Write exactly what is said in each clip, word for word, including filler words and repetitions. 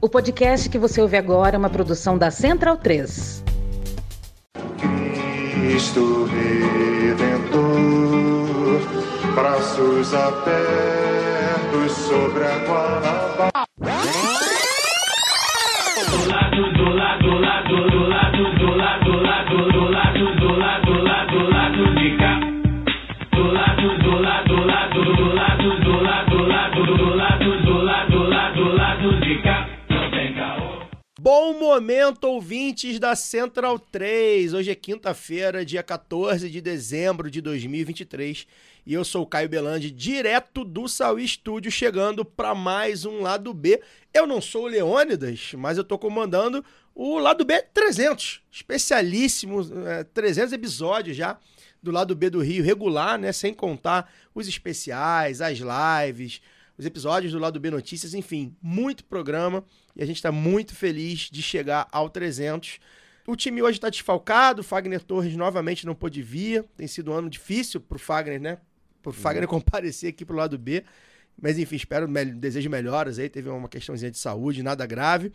O podcast que você ouve agora é uma produção da Central três. Cristo Redentor, braços abertos sobre a Guanabara. Do lado, do lado, do lado, do lado, do lado, do lado, do lado, do lado, do lado, do lado de cá. Do lado, do lado, do lado, do lado, do lado, do lado, do lado, do lado, do lado, do lado de cá. Não tem caô. Bom momento, ouvintes da Central três. Hoje é quinta-feira, dia quatorze de dezembro de dois mil e vinte e três. E eu sou o Caio Belandi, direto do Sauí Studio, chegando para mais um Lado B. Eu não sou o Leônidas, mas eu tô comandando o Lado B trezentos. Especialíssimo, é, trezentos episódios já do Lado B do Rio, regular, né? Sem contar os especiais, as lives, os episódios do Lado B Notícias, enfim, muito programa. E a gente está muito feliz de chegar ao trezentos. O time hoje está desfalcado, o Fagner Torres novamente não pôde vir. Tem sido um ano difícil pro Fagner, né? Pro Fagner comparecer aqui pro Lado B. Mas enfim, espero, me- desejo melhoras aí. Teve uma questãozinha de saúde, nada grave.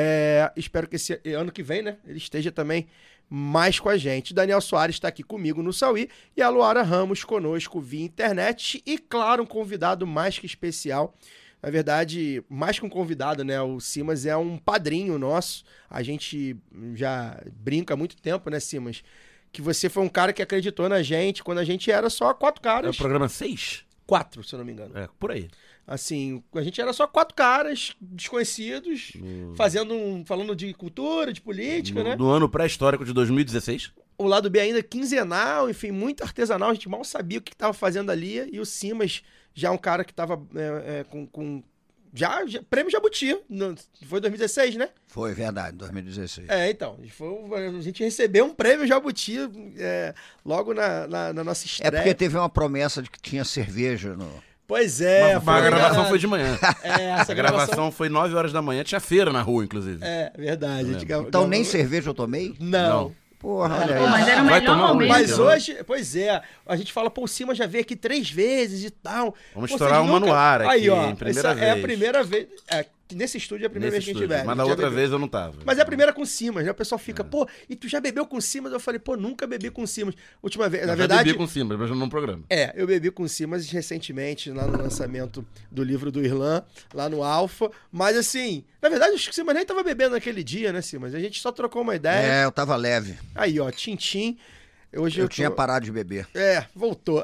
É, espero que esse ano que vem, né, ele esteja também mais com a gente. O Daniel Soares está aqui comigo no Sauí e a Luara Ramos conosco via internet. E claro, um convidado mais que especial. Na verdade, mais que um convidado, né? O Simas é um padrinho nosso. A gente já brinca há muito tempo, né, Simas? Que você foi um cara que acreditou na gente quando a gente era só quatro É o caras. programa seis? Quatro, se eu não me engano. É, por aí. Assim, a gente era só quatro caras desconhecidos, fazendo um, falando de cultura, de política, No, né? no ano pré-histórico de dois mil e dezesseis. O Lado B ainda quinzenal, enfim, muito artesanal. A gente mal sabia o que estava fazendo ali. E o Simas, já um cara que estava é, é, com... com já, já, prêmio Jabuti. No, foi dois mil e dezesseis, né? Foi, verdade, dois mil e dezesseis. É, então. Foi, a gente recebeu um prêmio Jabuti é, logo na, na, na nossa É estreia. porque teve uma promessa de que tinha cerveja no... Pois é. Mas, mas a gravação verdade. foi de manhã. É, essa A gravação foi nove horas da manhã, tinha feira na rua, inclusive. É, verdade. A gente grava- Então nem gravou- cerveja eu tomei? Não. Não. Porra, olha Pô, aí. mas era o Vai melhor tomar um momento. Mas Entendeu? hoje, pois é, a gente fala, pô, o Simas já veio aqui três vezes e tal. Vamos Pô, estourar vocês uma no ar aqui, Aí, ó, hein, primeira essa é a vez. primeira vez. É, nesse estúdio é a primeira Nesse vez que a gente estúdio. tiver. Mas A na gente já outra bebeu. vez eu não tava. Mas é a primeira com o Simas, né? O pessoal fica, pô, e tu já bebeu com o Simas? Eu falei, pô, nunca bebi com o Simas. Última vez, Eu na já verdade... bebi com cima, mas não no programa. É, eu bebi com o Simas recentemente, lá no lançamento do livro do Irlan, lá no Alfa. Mas assim, na verdade, acho que o Simas nem tava bebendo naquele dia, né, Simas? A gente só trocou uma ideia. É, eu tava leve. Aí, ó, Tintim. Hoje Eu, eu, tinha tô... parado de beber. É, voltou.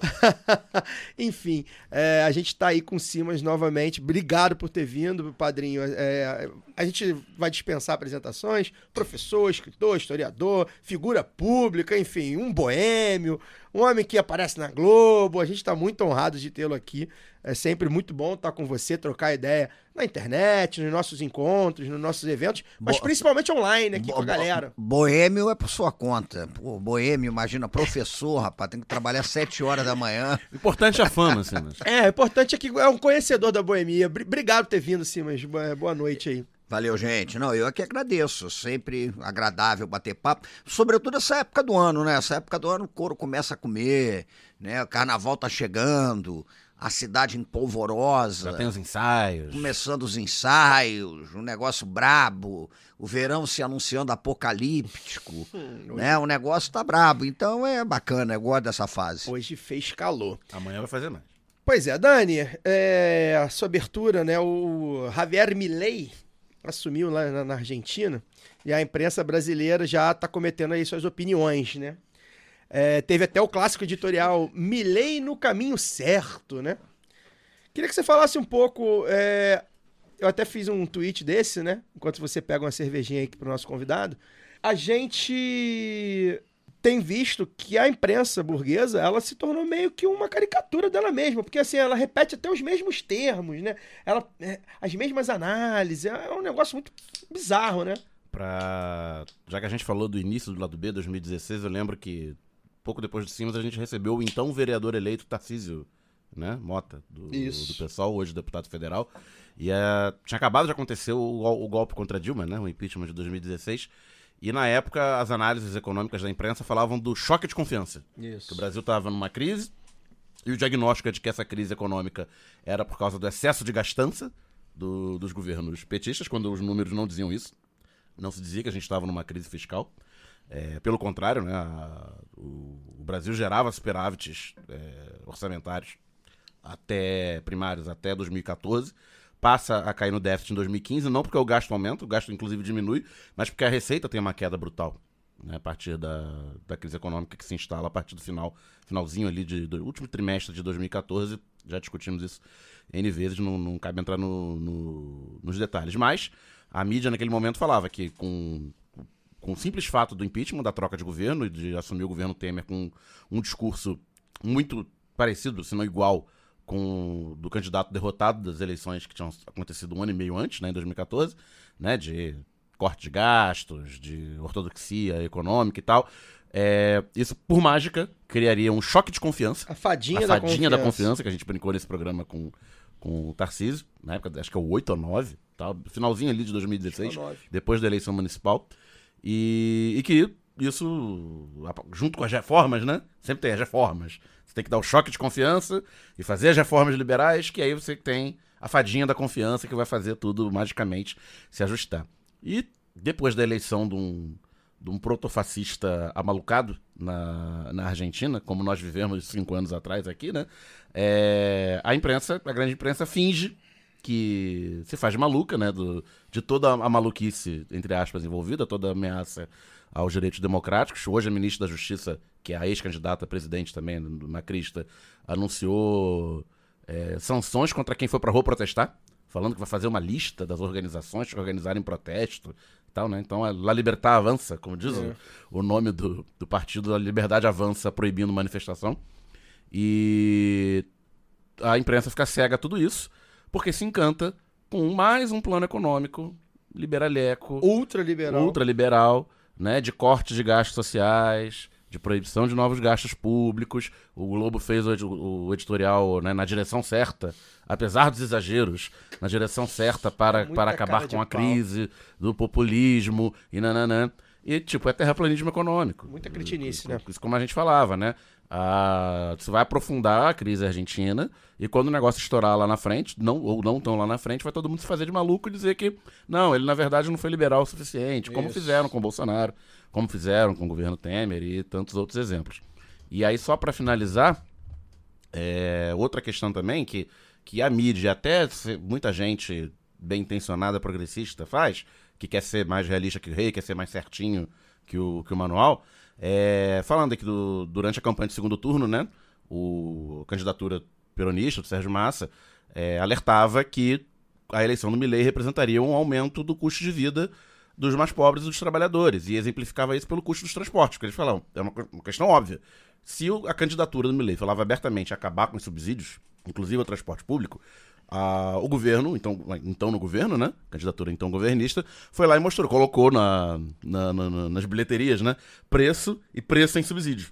Enfim, é, a gente tá aí com o Simas novamente. Obrigado por ter vindo, padrinho. É, a gente vai dispensar apresentações. Professor, escritor, historiador, figura pública, enfim, um boêmio, um homem que aparece na Globo. A gente tá muito honrado de tê-lo aqui. É sempre muito bom estar com você, trocar ideia na internet, nos nossos encontros, nos nossos eventos, mas Bo- principalmente online aqui Bo- com a galera. Boêmio é por sua conta. Pô, boêmio, imagina, professor, rapaz, tem que trabalhar sete horas da manhã. Importante é a fama, Simas. É, o importante é que é um conhecedor da boemia. Bri- Obrigado por ter vindo, Simas. Boa boa noite aí. Valeu, gente. Não, eu aqui agradeço. Sempre agradável bater papo. Sobretudo essa época do ano, né? Essa época do ano o couro começa a comer, né? O carnaval tá chegando, a cidade empolvorosa. Já tem os ensaios. Começando os ensaios, um negócio brabo, o verão se anunciando apocalíptico, né? O negócio tá brabo, então é bacana, eu gosto dessa fase. Hoje fez calor. Amanhã vai fazer mais. Pois é, Dani, é, a sua abertura, né? O Javier Milei assumiu lá na, na Argentina e a imprensa brasileira já tá cometendo aí suas opiniões, né? É, teve até o clássico editorial Milei no caminho certo, né? Queria que você falasse um pouco. é, eu até fiz um tweet desse, né? Enquanto você pega uma cervejinha aí pro nosso convidado. A gente tem visto que a imprensa burguesa, ela se tornou meio que uma caricatura dela mesma, porque assim, ela repete até os mesmos termos, né? Ela, é, as mesmas análises, é um negócio muito bizarro, né? Pra... Já que a gente falou do início do Lado B, dois mil e dezesseis, eu lembro que pouco depois de Simas a gente recebeu o então vereador eleito Tarcísio, né, Mota, do, Isso. do PSOL, hoje deputado federal. E é, tinha acabado de acontecer o, gol- o golpe contra Dilma, né, o impeachment de dois mil e dezesseis. E na época as análises econômicas da imprensa falavam do choque de confiança. Isso. Que o Brasil estava numa crise e o diagnóstico é de que essa crise econômica era por causa do excesso de gastança, do- dos governos petistas, quando os números não diziam isso. Não se dizia que a gente estava numa crise fiscal. É, pelo contrário, né, a- o, o Brasil gerava superávites é, orçamentários até primários até dois mil e catorze, passa a cair no déficit em dois mil e quinze, não porque o gasto aumenta, o gasto inclusive diminui, mas porque a receita tem uma queda brutal, né, a partir da, da crise econômica que se instala a partir do final, finalzinho ali de, do último trimestre de dois mil e catorze, já discutimos isso N vezes, não, não cabe entrar no, no, nos detalhes, mas a mídia naquele momento falava que com, com o simples fato do impeachment, da troca de governo e de assumir o governo Temer com um discurso muito parecido, se não igual, com do candidato derrotado das eleições que tinham acontecido um ano e meio antes, né, em dois mil e catorze, né, de corte de gastos, de ortodoxia econômica e tal. É, isso, por mágica, criaria um choque de confiança. A fadinha, a da, fadinha confiança. da confiança, que a gente brincou nesse programa com, com o Tarcísio, na época, acho que é o oito ou nove, tá? Finalzinho ali de dois mil e dezesseis, Acho que é o nove. depois da eleição municipal. E, e que isso, junto com as reformas, né? Sempre tem as reformas. Você tem que dar o choque de confiança e fazer as reformas liberais, que aí você tem a fadinha da confiança que vai fazer tudo magicamente se ajustar. E depois da eleição de um, de um protofascista amalucado na, na Argentina, como nós vivemos cinco anos atrás aqui, né? É, a imprensa, a grande imprensa, finge que se faz maluca, né? Do, de toda a maluquice, entre aspas, envolvida, toda a ameaça aos direitos democráticos. Hoje a ministra da Justiça, que é a ex-candidata a presidente também, macrista, anunciou é, sanções contra quem foi pra rua protestar, falando que vai fazer uma lista das organizações que organizarem protesto e tal, né? Então, a La Libertad Avança, como diz É. o, o nome do, do partido, a Liberdade Avança, proibindo manifestação. E a imprensa fica cega a tudo isso, porque se encanta com mais um plano econômico liberaleco, Ultraliberal. ultraliberal, né, de cortes de gastos sociais, de proibição de novos gastos públicos. O Globo fez o, ed- o editorial, né, na direção certa, apesar dos exageros, na direção certa para, Muita para cara acabar de com a pau. crise do populismo e nananã. E, tipo, é terraplanismo econômico. Muita cretinice, né? Isso como a gente falava, né? Ah, você vai aprofundar a crise argentina e quando o negócio estourar lá na frente, não, ou não tão lá na frente, vai todo mundo se fazer de maluco e dizer que não, ele na verdade não foi liberal o suficiente, como Isso. fizeram com o Bolsonaro, como fizeram com o governo Temer e tantos outros exemplos. E aí, só para finalizar, é, outra questão também que, que a mídia, até se- muita gente bem intencionada, progressista, faz, que quer ser mais realista que o rei, quer ser mais certinho que o, que o manual, é, falando aqui do, durante a campanha de segundo turno, né, o, a candidatura peronista do Sérgio Massa é, alertava que a eleição do Milei representaria um aumento do custo de vida dos mais pobres e dos trabalhadores, e exemplificava isso pelo custo dos transportes, porque eles falavam, é uma, co- uma questão óbvia. Se o- a candidatura do Milei falava abertamente acabar com os subsídios, inclusive o transporte público, a- o governo, então, então no governo, né, candidatura então governista, foi lá e mostrou, colocou na, na- na- na- nas bilheterias, né, preço e preço sem subsídio.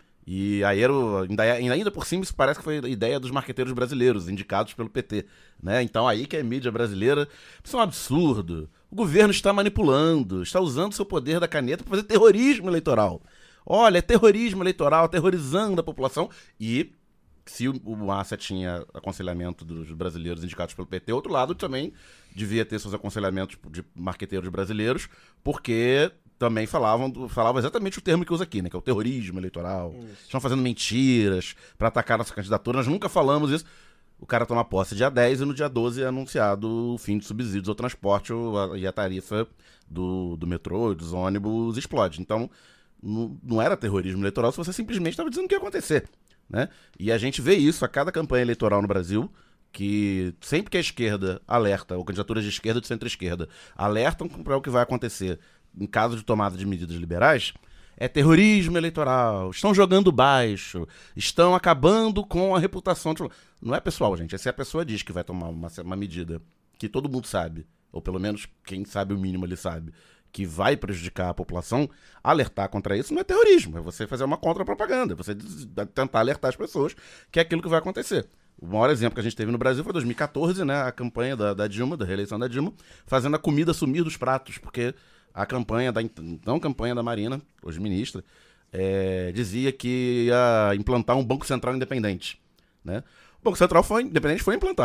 E aí era o, ainda, ainda por cima isso parece que foi a ideia dos marqueteiros brasileiros, indicados pelo P T, né? Então aí que a mídia brasileira, isso é um absurdo. O governo está manipulando, está usando seu poder da caneta para fazer terrorismo eleitoral. Olha, é terrorismo eleitoral, aterrorizando a população. E se o, o Massa tinha aconselhamento dos brasileiros indicados pelo P T, outro lado também devia ter seus aconselhamentos de marqueteiros brasileiros, porque também falavam, do- falavam exatamente o termo que usa aqui, né? Que é o terrorismo eleitoral. Estão fazendo mentiras para atacar nossa candidatura. Nós nunca falamos isso. O cara toma posse dia dez e no dia doze é anunciado o fim de subsídios ao transporte o- a- e a tarifa do, do metrô e dos ônibus explode. Então, não, não era terrorismo eleitoral se você simplesmente estava dizendo o que ia acontecer, né? E a gente vê isso a cada campanha eleitoral no Brasil, que sempre que a esquerda alerta, ou candidaturas de esquerda ou de centro-esquerda, alertam para o que vai acontecer em caso de tomada de medidas liberais, é terrorismo eleitoral, estão jogando baixo, estão acabando com a reputação. De... Não é pessoal, gente. Se a pessoa diz que vai tomar uma, uma medida que todo mundo sabe, ou pelo menos quem sabe o mínimo ele sabe, que vai prejudicar a população, alertar contra isso não é terrorismo, é você fazer uma contra-propaganda, você diz- tentar alertar as pessoas que é aquilo que vai acontecer. O maior exemplo que a gente teve no Brasil foi em dois mil e catorze, né, a campanha da, da Dilma, da reeleição da Dilma, fazendo a comida sumir dos pratos, porque a campanha da então campanha da Marina, hoje ministra, é, dizia que ia implantar um Banco Central independente, né? O Banco Central foi independente, foi implantado,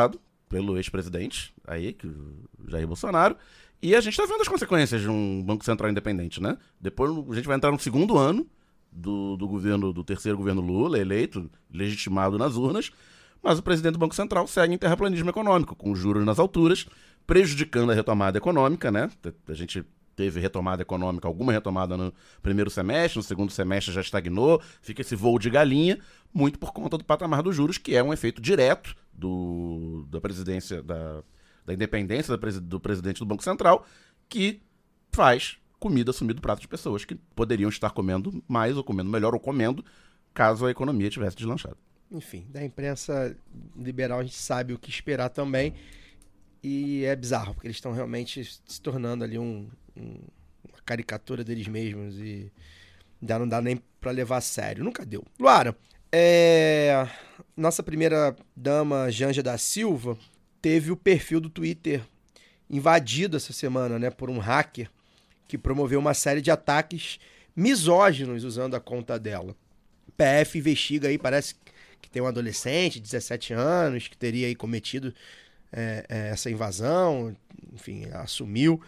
pelo ex-presidente, aí, que o Jair Bolsonaro, e a gente está vendo as consequências de um Banco Central independente, né? Depois a gente vai entrar no segundo ano do, do governo, do terceiro governo Lula, eleito, legitimado nas urnas, mas o presidente do Banco Central segue em terraplanismo econômico, com juros nas alturas, prejudicando a retomada econômica, né? A gente teve retomada econômica, alguma retomada no primeiro semestre, no segundo semestre já estagnou, fica esse voo de galinha, muito por conta do patamar dos juros, que é um efeito direto do, da presidência, da, da independência da pres, do presidente do Banco Central, que faz comida sumir do prato de pessoas que poderiam estar comendo mais, ou comendo melhor, ou comendo, caso a economia tivesse deslanchado. Enfim, da imprensa liberal a gente sabe o que esperar também, e é bizarro, porque eles estão realmente se tornando ali um, um, uma caricatura deles mesmos, e já não dá nem pra levar a sério. Nunca deu. Luara, é... nossa primeira dama, Janja da Silva, teve o perfil do Twitter invadido essa semana, né, por um hacker que promoveu uma série de ataques misóginos usando a conta dela. O P F investiga aí, parece que tem um adolescente de dezessete anos que teria aí cometido é, é, essa invasão, enfim, assumiu,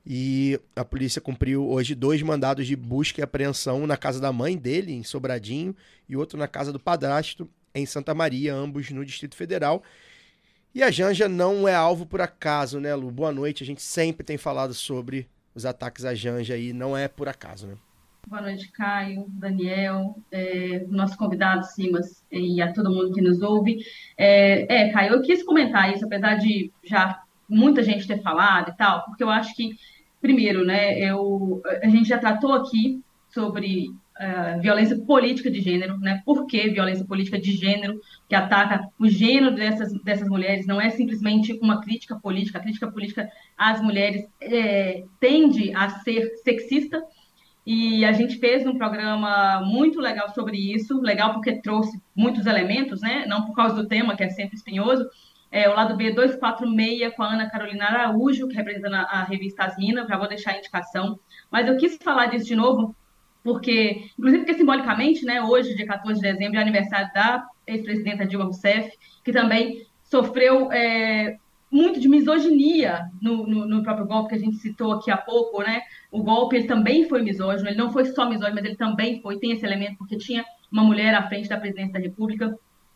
e a polícia cumpriu hoje dois mandados de busca e apreensão na casa da mãe dele, em Sobradinho, e outro na casa do padrasto, em Santa Maria, ambos no Distrito Federal. E a Janja não é alvo por acaso, né, Lu? Boa noite, a gente sempre tem falado sobre os ataques à Janja aí, não é por acaso, né? Boa noite, Caio, Daniel, é, nosso convidado, Simas, e a todo mundo que nos ouve. É, é, Caio, eu quis comentar isso, apesar de já muita gente ter falado e tal, porque eu acho que, primeiro, né, eu, a gente já tratou aqui sobre uh, violência política de gênero, né? Por que violência política de gênero, que ataca o gênero dessas, dessas mulheres, não é simplesmente uma crítica política, a crítica política às mulheres é, tende a ser sexista. E a gente fez um programa muito legal sobre isso, legal porque trouxe muitos elementos, né? Não por causa do tema, que é sempre espinhoso. É, o lado B duzentos e quarenta e seis com a Ana Carolina Araújo, que representa a revista As Minas, já vou deixar a indicação. Mas eu quis falar disso de novo, porque, inclusive porque simbolicamente, né, hoje, dia quatorze de dezembro, é aniversário da ex-presidenta Dilma Rousseff, que também sofreu é, muito de misoginia no, no, no próprio golpe que a gente citou aqui há pouco, né? O golpe, ele também foi misógino, ele não foi só misógino, mas ele também foi, tem esse elemento, porque tinha uma mulher à frente da presidência da República.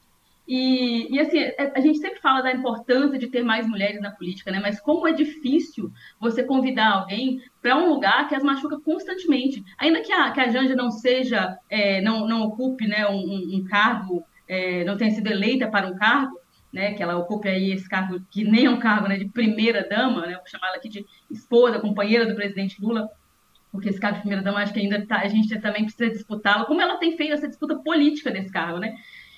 E, e assim, a gente sempre fala da importância de ter mais mulheres na política, né? Mas como é difícil você convidar alguém para um lugar que as machuca constantemente. Ainda que a, que a Janja não seja, é, não, não ocupe, né, um, um cargo, é, não tenha sido eleita para um cargo, né, que ela ocupe aí esse cargo, que nem é um cargo, né, de primeira-dama, né, vou chamar ela aqui de esposa, companheira do presidente Lula, porque esse cargo de primeira-dama acho que ainda tá, a gente também precisa disputá-lo, como ela tem feito essa disputa política desse cargo, né?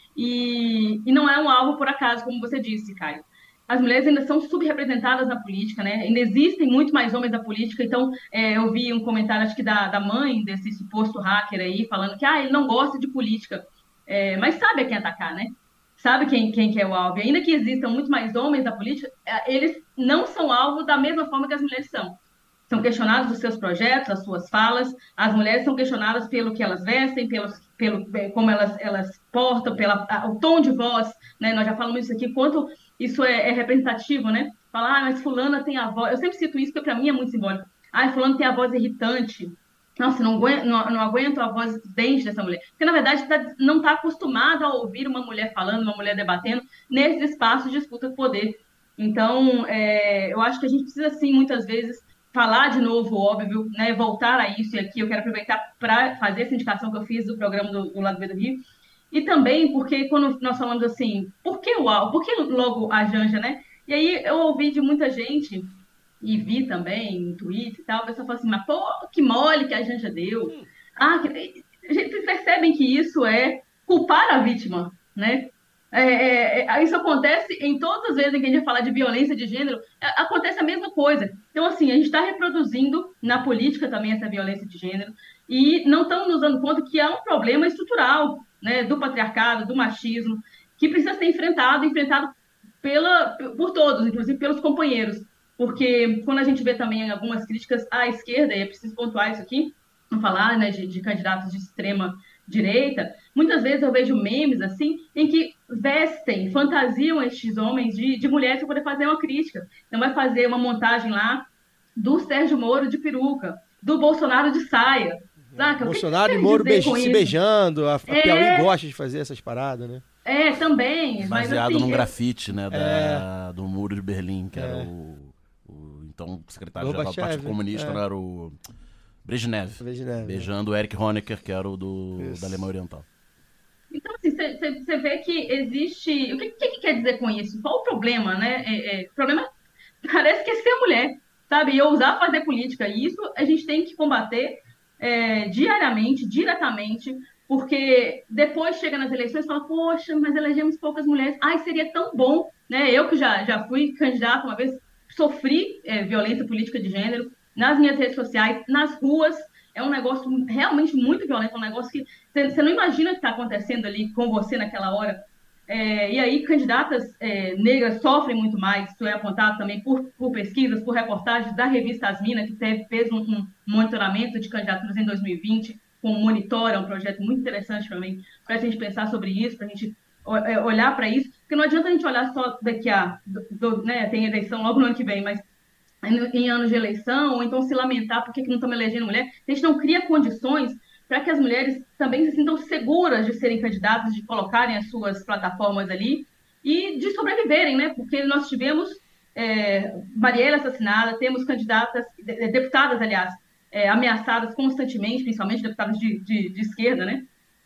E, e não é um alvo por acaso, como você disse, Caio. As mulheres ainda são subrepresentadas na política, né? Ainda existem muito mais homens na política. Então, é, eu vi um comentário, acho que da, da mãe desse suposto hacker aí, falando que ah, ele não gosta de política. É, mas sabe a quem atacar, né? Sabe quem, quem que é o alvo. E ainda que existam muito mais homens na política, eles não são alvo da mesma forma que as mulheres são. São questionados os seus projetos, as suas falas. As mulheres são questionadas pelo que elas vestem, pelo, pelo como elas, elas portam, pela, o tom de voz, né? Nós já falamos isso aqui, quanto isso é, é representativo, né? Falar, ah, mas fulana tem a voz... Eu sempre cito isso, porque para mim é muito simbólico. Ah, fulano tem a voz irritante. Nossa, não aguento, não, não aguento a voz dente dessa mulher. Porque, na verdade, tá, não está acostumado a ouvir uma mulher falando, uma mulher debatendo, nesses espaços de disputa de poder. Então, é, eu acho que a gente precisa, sim, muitas vezes, falar de novo, óbvio, né, voltar a isso, e aqui eu quero aproveitar para fazer essa indicação que eu fiz do programa do, do Lado B do Rio, e também porque quando nós falamos assim, por que o Al, por que logo a Janja, né? E aí eu ouvi de muita gente, e vi também no Twitter e tal, a pessoa fala assim, mas pô, que mole que a Janja deu. Ah, que... Vocês percebem que isso é culpar a vítima, né? É, é, isso acontece em todas as vezes em que a gente fala de violência de gênero, é, acontece a mesma coisa. Então, assim, a gente está reproduzindo na política também essa violência de gênero e não estamos nos dando conta que é um problema estrutural, né, do patriarcado, do machismo, que precisa ser enfrentado, enfrentado pela, por todos, inclusive pelos companheiros. Porque quando a gente vê também algumas críticas à esquerda, e é preciso pontuar isso aqui, vamos falar, né, de, de candidatos de extrema direita, muitas vezes eu vejo memes assim, em que vestem, fantasiam estes homens de, de mulheres para poder fazer uma crítica. Então vai fazer uma montagem lá do Sérgio Moro de peruca, do Bolsonaro de saia. Saca? Bolsonaro que e Moro beij- se isso? beijando, a, a É... Piauí gosta de fazer essas paradas, né? É, também. Mas, Baseado assim, num é- grafite, né, da, É. do Muro de Berlim, que É. era o, o então secretário-geral do Gorbachev, Partido Comunista, é. né, era o Brezhnev, Brezhnev, beijando o Erich Honecker, que era o do, Isso. da Alemanha Oriental. Então, assim, você vê que existe... O que, que, que quer dizer com isso? Qual o problema, né? É, é, o problema parece que é ser mulher, sabe? E ousar fazer política. E isso a gente tem que combater é, diariamente, diretamente, porque depois chega nas eleições e fala, poxa, mas elegemos poucas mulheres. Ai, seria tão bom, né? Eu que já, já fui candidata uma vez, sofri é, violência política de gênero nas minhas redes sociais, nas ruas. É um negócio realmente muito violento, é um negócio que você não imagina o que está acontecendo ali com você naquela hora. É, e aí, candidatas é, negras sofrem muito mais, isso é apontado também por, por pesquisas, por reportagens da revista Asmina, que teve, fez um, um monitoramento de candidaturas em dois mil e vinte, com o Monitor, é um projeto muito interessante também, para a gente pensar sobre isso, para a gente olhar para isso, porque não adianta a gente olhar só daqui a... Do, do, né, tem eleição logo no ano que vem, mas em anos de eleição, ou então se lamentar por que não estamos elegendo mulher. A gente não cria condições para que as mulheres também se sintam seguras de serem candidatas, de colocarem as suas plataformas ali e de sobreviverem, né? Porque nós tivemos é, Marielle assassinada, temos candidatas, deputadas, aliás, é, ameaçadas constantemente, principalmente deputadas de, de, de esquerda, né?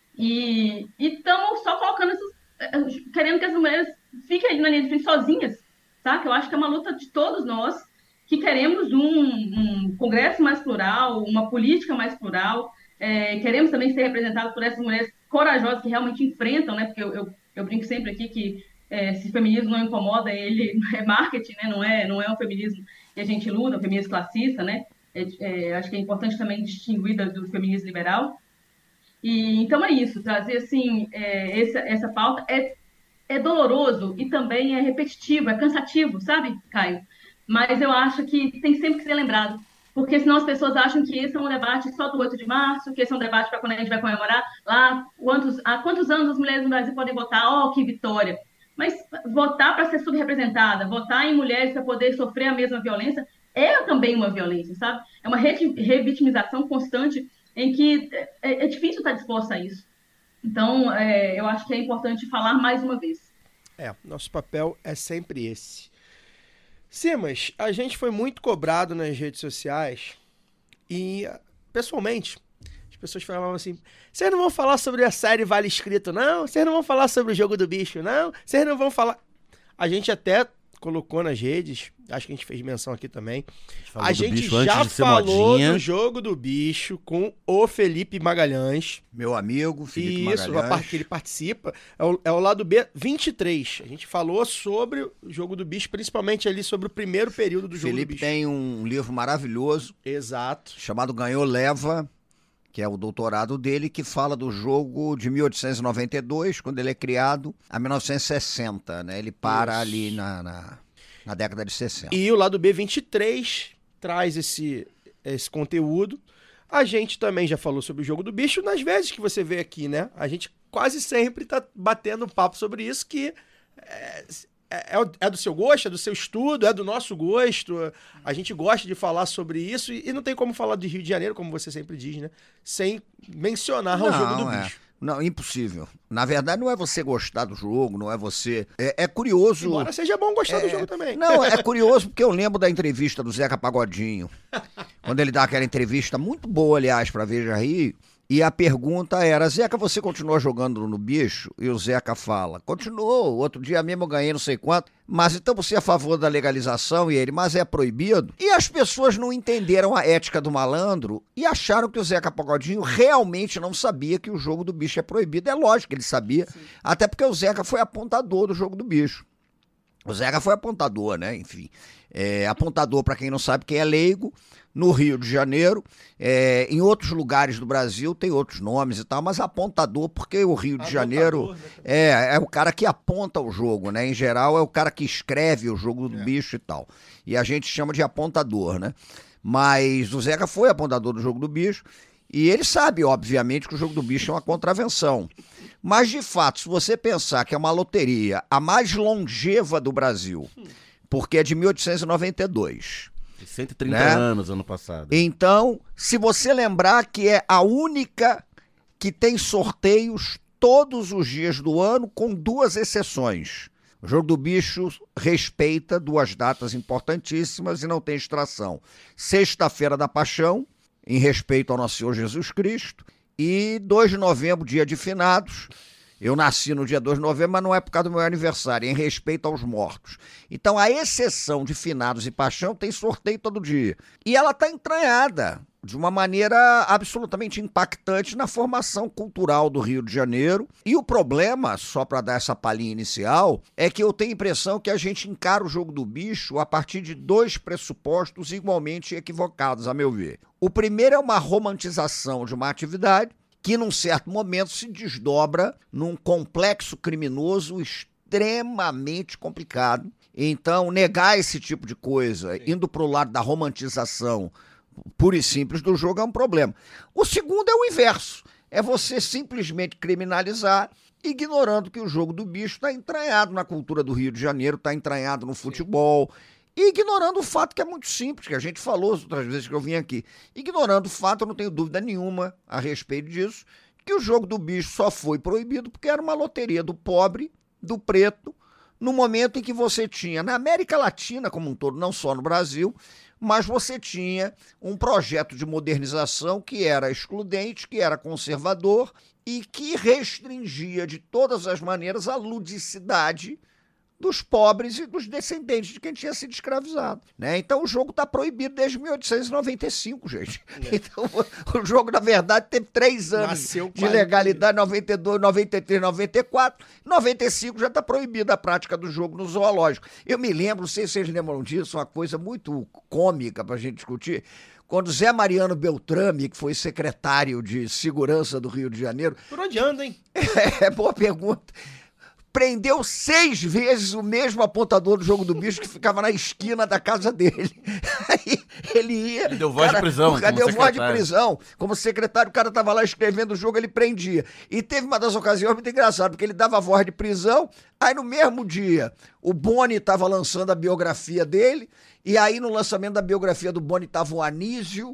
E estamos só colocando essas, querendo que as mulheres fiquem ali na linha de frente sozinhas, tá? Que eu acho que é uma luta de todos nós, que queremos um, um congresso mais plural, uma política mais plural, é, queremos também ser representados por essas mulheres corajosas que realmente enfrentam, né? Porque eu, eu, eu brinco sempre aqui que é, se o feminismo não incomoda, ele é marketing, né? Não é, não é um feminismo que a gente luta, um feminismo classista, né? É, é, acho que é importante também distinguir do, do feminismo liberal. E, então é isso, trazer assim, é, essa, essa pauta é, é doloroso e também é repetitivo, é cansativo, sabe, Caio? Mas eu acho que tem sempre que ser lembrado, porque senão as pessoas acham que esse é um debate só do oito de março, que esse é um debate para quando a gente vai comemorar lá quantos, há quantos anos as mulheres no Brasil podem votar, oh, que vitória. Mas votar para ser subrepresentada, votar em mulheres para poder sofrer a mesma violência, é também uma violência, sabe? É uma revitimização constante em que é, é difícil estar disposta a isso. Então, é, eu acho que é importante falar mais uma vez. É, nosso papel é sempre esse. Simas, a gente foi muito cobrado nas redes sociais e, pessoalmente, as pessoas falavam assim, vocês não vão falar sobre a série Vale Escrito, não? Vocês não vão falar sobre o Jogo do Bicho, não? Vocês não vão falar... A gente até colocou nas redes, acho que a gente fez menção aqui também, a, a gente já falou do Jogo do Bicho com o Felipe Magalhães. Meu amigo, Felipe Isso, Magalhães. Isso, que ele participa, é o, é o lado B vinte e três. A gente falou sobre o Jogo do Bicho, principalmente ali sobre o primeiro período do Jogo Felipe do Bicho. Felipe tem um livro maravilhoso. Exato. Chamado Ganhou Leva, que é o doutorado dele, que fala do jogo de mil oitocentos e noventa e dois, quando ele é criado, a mil novecentos e sessenta, né? Ele para Isso. ali na, na, na década de sessenta. E o lado B vinte e três traz esse, esse conteúdo. A gente também já falou sobre o Jogo do Bicho nas vezes que você vê aqui, né? A gente quase sempre tá batendo um papo sobre isso, que é, é, é do seu gosto, é do seu estudo, é do nosso gosto. A gente gosta de falar sobre isso e, e não tem como falar de Rio de Janeiro, como você sempre diz, né? Sem mencionar não, o Jogo do é. Bicho. Não, impossível. Na verdade, não é você gostar do jogo, não é você... É, é curioso... Embora seja bom gostar é, do jogo também. Não, é curioso porque eu lembro da entrevista do Zeca Pagodinho, quando ele dá aquela entrevista muito boa, aliás, pra Veja Rio, e a pergunta era, Zeca, você continua jogando no Bicho? E o Zeca fala, continuou, outro dia mesmo eu ganhei não sei quanto, mas então você é a favor da legalização? E ele, mas é proibido? E as pessoas não entenderam a ética do malandro e acharam que o Zeca Pagodinho realmente não sabia que o Jogo do Bicho é proibido. É lógico que ele sabia, Sim. até porque o Zeca foi apontador do Jogo do Bicho. O Zeca foi apontador, né? Enfim, é, apontador, para quem não sabe, quem é leigo, no Rio de Janeiro, é, em outros lugares do Brasil tem outros nomes e tal, mas apontador, porque o Rio de apontador, Janeiro né? é, é o cara que aponta o jogo, né? Em geral é o cara que escreve o Jogo do é. Bicho e tal. E a gente chama de apontador, né? Mas o Zeca foi apontador do Jogo do Bicho E ele sabe, obviamente, que o jogo do bicho é uma contravenção. Mas, de fato, se você pensar que é uma loteria a mais longeva do Brasil, porque é de mil oitocentos e noventa e dois. cento e trinta né? anos ano passado. Então, se você lembrar que é a única que tem sorteios todos os dias do ano, com duas exceções. O jogo do bicho respeita duas datas importantíssimas e não tem extração. Sexta-feira da Paixão, em respeito ao nosso Senhor Jesus Cristo, e dois de novembro, dia de finados. Eu nasci no dia dois de novembro, mas não é por causa do meu aniversário, é em respeito aos mortos. Então, a exceção de finados e paixão tem sorteio todo dia. E ela está entranhada de uma maneira absolutamente impactante na formação cultural do Rio de Janeiro. E o problema, só para dar essa palhinha inicial, é que eu tenho a impressão que a gente encara o jogo do bicho a partir de dois pressupostos igualmente equivocados, a meu ver. O primeiro é uma romantização de uma atividade que, num certo momento, se desdobra num complexo criminoso extremamente complicado. Então, negar esse tipo de coisa, Sim. indo para o lado da romantização pura e simples do jogo, é um problema. O segundo é o inverso, é você simplesmente criminalizar, ignorando que o jogo do bicho está entranhado na cultura do Rio de Janeiro, está entranhado no futebol, e ignorando o fato que é muito simples, que a gente falou outras vezes que eu vim aqui. Ignorando o fato, eu não tenho dúvida nenhuma a respeito disso, que o jogo do bicho só foi proibido porque era uma loteria do pobre, do preto, no momento em que você tinha, na América Latina como um todo, não só no Brasil, mas você tinha um projeto de modernização que era excludente, que era conservador e que restringia de todas as maneiras a ludicidade dos pobres e dos descendentes de quem tinha sido escravizado, né? Então o jogo está proibido desde mil oitocentos e noventa e cinco, gente. É. Então o jogo, na verdade, teve três anos Nasceu de legalidade, noventa e dois, noventa e três, noventa e quatro. noventa e cinco já está proibida a prática do jogo no zoológico. Eu me lembro, não sei se vocês lembram disso, uma coisa muito cômica para a gente discutir. Quando Zé Mariano Beltrame, que foi secretário de Segurança do Rio de Janeiro... Por onde anda, hein? É, boa pergunta. Prendeu seis vezes o mesmo apontador do jogo do bicho que ficava na esquina da casa dele. Aí ele ia... Ele deu voz cara, de prisão. O cara deu voz de prisão. Como secretário, o cara estava lá escrevendo o jogo, ele prendia. E teve uma das ocasiões muito engraçada, porque ele dava voz de prisão, aí no mesmo dia o Boni estava lançando a biografia dele, e aí no lançamento da biografia do Boni estava o Anísio,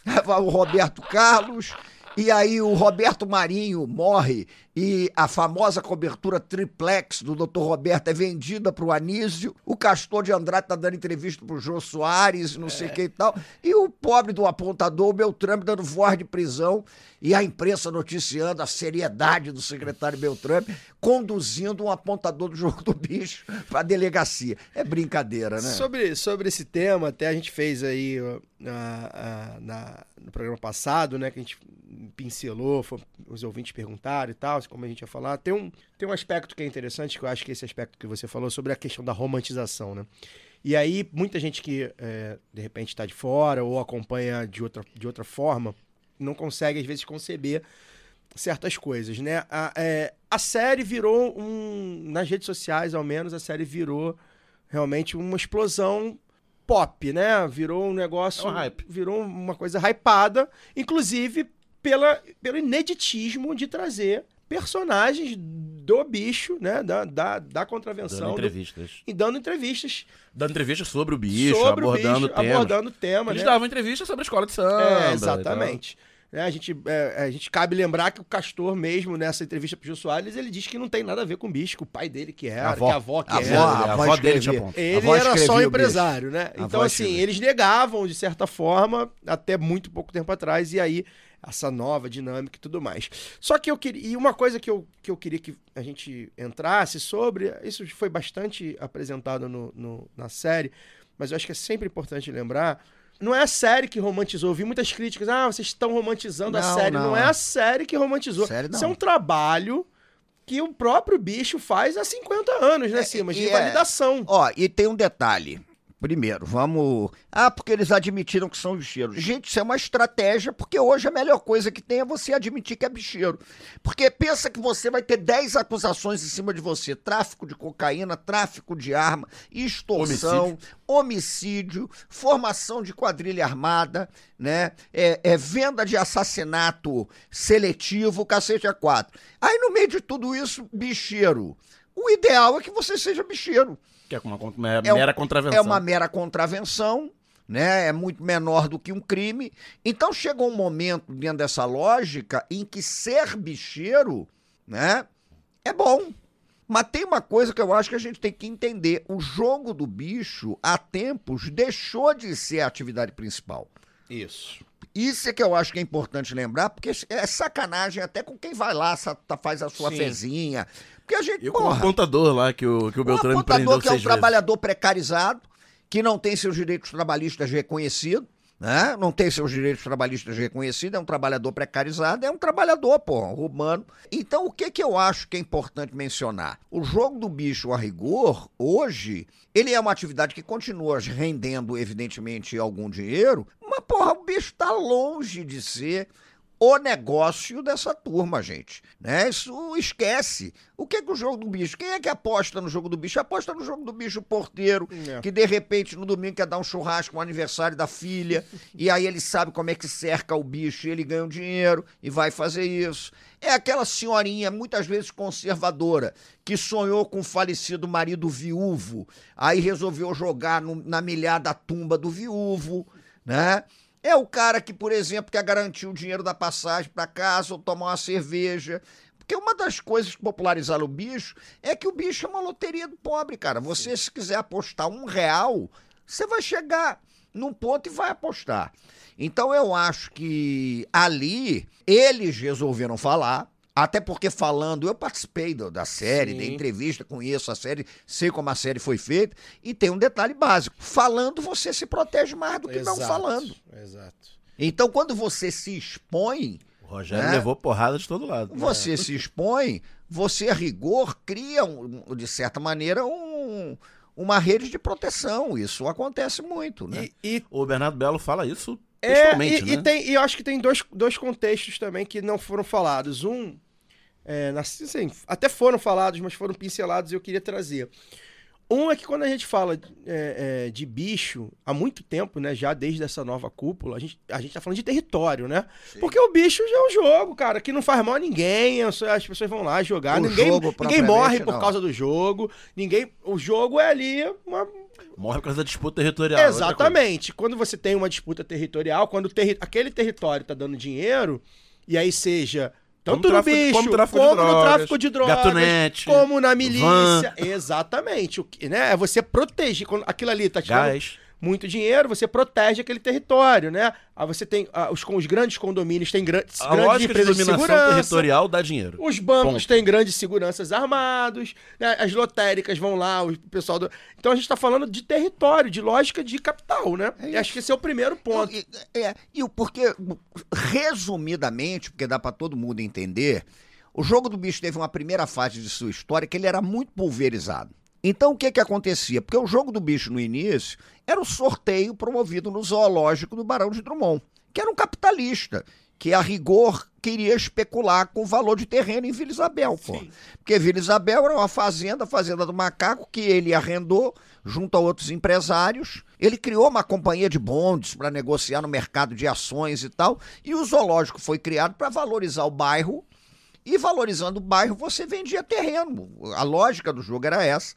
o Roberto Carlos... E aí o Roberto Marinho morre e a famosa cobertura triplex do doutor Roberto é vendida para o Anísio. O Castor de Andrade tá dando entrevista pro Jô Soares, não é. sei o que e tal. E o pobre do apontador, o Beltrame, dando voz de prisão. E a imprensa noticiando a seriedade do secretário Beltrame, conduzindo um apontador do jogo do bicho para a delegacia. É brincadeira, né? Sobre, sobre esse tema, até a gente fez aí uh, uh, na, no programa passado, né, que a gente pincelou, foi, os ouvintes perguntaram e tal, como a gente ia falar. Tem um, tem um aspecto que é interessante, que eu acho que esse aspecto que você falou, sobre a questão da romantização, né? E aí, muita gente que, é, de repente, está de fora ou acompanha de outra, de outra forma, não consegue, às vezes, conceber certas coisas, né? A, é, a série virou um... Nas redes sociais, ao menos, a série virou realmente uma explosão pop, né? Virou um negócio... É um hype. Virou uma coisa hypada, inclusive pela, pelo ineditismo de trazer personagens do bicho, né? Da, da, da contravenção. Dando entrevistas. Do, e dando entrevistas. Dando entrevistas sobre o bicho, sobre abordando o bicho, temas. abordando tema, Eles né? davam entrevistas sobre a escola de samba. É, exatamente. É, a, gente, é, a gente cabe lembrar que o Castor mesmo, nessa entrevista pro Jô Soares, ele diz que não tem nada a ver com o bicho, que o pai dele que era, A avó. que a avó que A era. avó, a a avó avó dele escrevia. tinha ponto. Ele avó era só escrevia um o empresário, né? A Então, avó assim, escrevia. eles negavam, de certa forma, até muito pouco tempo atrás, e aí, essa nova dinâmica e tudo mais. Só que eu queria... E uma coisa que eu, que eu queria que a gente entrasse sobre, isso foi bastante apresentado no, no, na série, mas eu acho que é sempre importante lembrar... Não é a série que romantizou. Eu vi muitas críticas. Ah, vocês estão romantizando a Não, série. Não, não, é é. a série que romantizou. Série não. Isso é um trabalho que o próprio bicho faz há cinquenta anos, né, Simas? e De é- validação. Ó, e tem um detalhe. Primeiro, vamos... Ah, porque eles admitiram que são bicheiros. Gente, isso é uma estratégia, porque hoje a melhor coisa que tem é você admitir que é bicheiro. Porque pensa que você vai ter dez acusações em cima de você. Tráfico de cocaína, tráfico de arma, extorsão, homicídio, homicídio formação de quadrilha armada, né? É, é venda de assassinato seletivo, cacete a quatro. Aí no meio de tudo isso, bicheiro. O ideal é que você seja bicheiro. Que é uma, uma mera é, contravenção. É uma mera contravenção, né? É muito menor do que um crime. Então chegou um momento dentro dessa lógica em que ser bicheiro, né, é bom. Mas tem uma coisa que eu acho que a gente tem que entender. O jogo do bicho, há tempos, deixou de ser a atividade principal. Isso. Isso é que eu acho que é importante lembrar, porque é sacanagem até com quem vai lá, faz a sua Sim. fezinha. Porque a gente, Eu porra, como apontador lá que o, que o Beltrame um prendeu apontador que é um seis trabalhador precarizado, que não tem seus direitos trabalhistas reconhecidos, né? Não tem seus direitos trabalhistas reconhecidos, é um trabalhador precarizado, é um trabalhador, porra, humano. Então, o que que eu acho que é importante mencionar? O jogo do bicho, a rigor, hoje, ele é uma atividade que continua rendendo, evidentemente, algum dinheiro, mas, porra, o bicho tá longe de ser o negócio dessa turma, gente, né? Isso esquece. O que é que o jogo do bicho? Quem é que aposta no jogo do bicho? Aposta no jogo do bicho o porteiro, é. que de repente no domingo quer dar um churrasco no aniversário da filha, e aí ele sabe como é que cerca o bicho, e ele ganha um dinheiro e vai fazer isso. É aquela senhorinha, muitas vezes conservadora, que sonhou com o falecido marido viúvo, aí resolveu jogar no, na milhada tumba do viúvo, né? É o cara que, por exemplo, quer garantir o dinheiro da passagem para casa ou tomar uma cerveja. Porque uma das coisas que popularizaram o bicho é que o bicho é uma loteria do pobre, cara. Você, se quiser apostar um real, você vai chegar num ponto e vai apostar. Então eu acho que ali eles resolveram falar. Até porque falando, eu participei do, da série, da entrevista, conheço a série, sei como a série foi feita, e tem um detalhe básico. Falando, você se protege mais do que Exato, não falando. Exato. Então, quando você se expõe... O Rogério né, levou porrada de todo lado. Você é. se expõe, você, a rigor, cria, um, de certa maneira, um... uma rede de proteção. Isso acontece muito, né? E, e... O Bernardo Belo fala isso É, e, né? e, tem, e eu acho que tem dois, dois contextos também que não foram falados. Um, é, assim, até foram falados, mas foram pincelados e eu queria trazer. Um é que quando a gente fala é, é, de bicho, há muito tempo, né, já desde essa nova cúpula, a gente, a gente tá falando de território, né? Sim. Porque o bicho já é um jogo, cara, que não faz mal a ninguém, as pessoas vão lá jogar, o ninguém, jogo, ninguém morre por não. causa do jogo, ninguém, o jogo é ali uma... Morre por causa da disputa territorial. Exatamente. Quando você tem uma disputa territorial, quando terri... aquele território tá dando dinheiro, e aí seja... Tanto como no tráfico, bicho, como, tráfico, como de drogas, no tráfico de drogas, gatunete, como na milícia. Van. Exatamente. O que, né? É você proteger. Quando aquilo ali tá te dando Gás. muito dinheiro, você protege aquele território, né? Aí você tem ah, os, os grandes condomínios, tem gran, a grandes lógica empresas de de dominação segurança. territorial dá dinheiro. Os bancos Ponto. têm grandes seguranças armados, né? As lotéricas vão lá, o pessoal do... Então a gente tá falando de território, de lógica de capital, né? É e acho que esse é o primeiro ponto. E, é, e o porque, resumidamente, porque dá para todo mundo entender, o jogo do bicho teve uma primeira fase de sua história que ele era muito pulverizado. Então o que que acontecia? Porque o jogo do bicho no início era o sorteio promovido no zoológico do Barão de Drummond, que era um capitalista, que a rigor queria especular com o valor de terreno em Vila Isabel, pô. Sim. Porque Vila Isabel era uma fazenda, a fazenda do macaco, que ele arrendou junto a outros empresários. Ele criou uma companhia de bondes para negociar no mercado de ações e tal, e o zoológico foi criado para valorizar o bairro. E valorizando o bairro, você vendia terreno. A lógica do jogo era essa.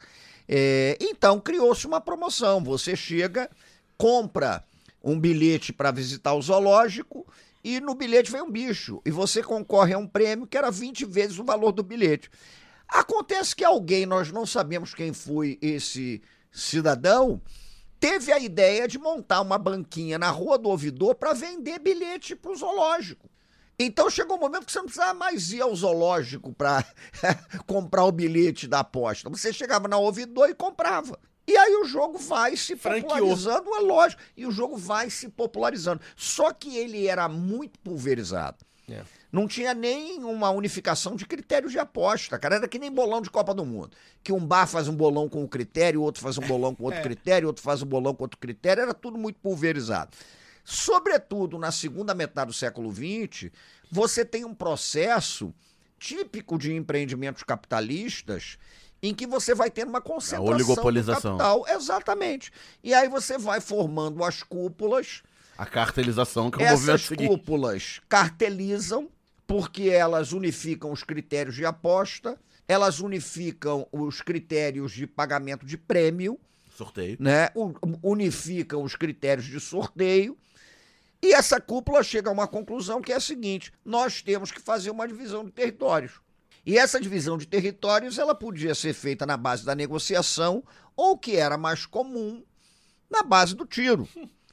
É, então, criou-se uma promoção. Você chega, compra um bilhete para visitar o zoológico e no bilhete vem um bicho. E você concorre a um prêmio que era vinte vezes o valor do bilhete. Acontece que alguém, nós não sabemos quem foi esse cidadão, teve a ideia de montar uma banquinha na Rua do Ouvidor para vender bilhete para o zoológico. Então chegou um momento que você não precisava mais ir ao zoológico para comprar o bilhete da aposta. Você chegava na Ouvidor e comprava. E aí o jogo vai se popularizando, é lógico. E o jogo vai se popularizando. Só que ele era muito pulverizado. É. Não tinha nem uma unificação de critérios de aposta, cara. Era que nem bolão de Copa do Mundo. Que um bar faz um bolão com um critério, outro faz um bolão com outro É. critério, outro faz um bolão com outro critério. Era tudo muito pulverizado. Sobretudo na segunda metade do século vinte, você tem um processo típico de empreendimentos capitalistas em que você vai ter uma concentração A oligopolização. do capital. Exatamente. E aí você vai formando as cúpulas. A cartelização que é o movimento Essas seguinte. cúpulas cartelizam porque elas unificam os critérios de aposta, elas unificam os critérios de pagamento de prêmio, Sorteio. né? U- unificam os critérios de sorteio. E essa cúpula chega a uma conclusão que é a seguinte: nós temos que fazer uma divisão de territórios. E essa divisão de territórios ela podia ser feita na base da negociação ou, que era mais comum, na base do tiro.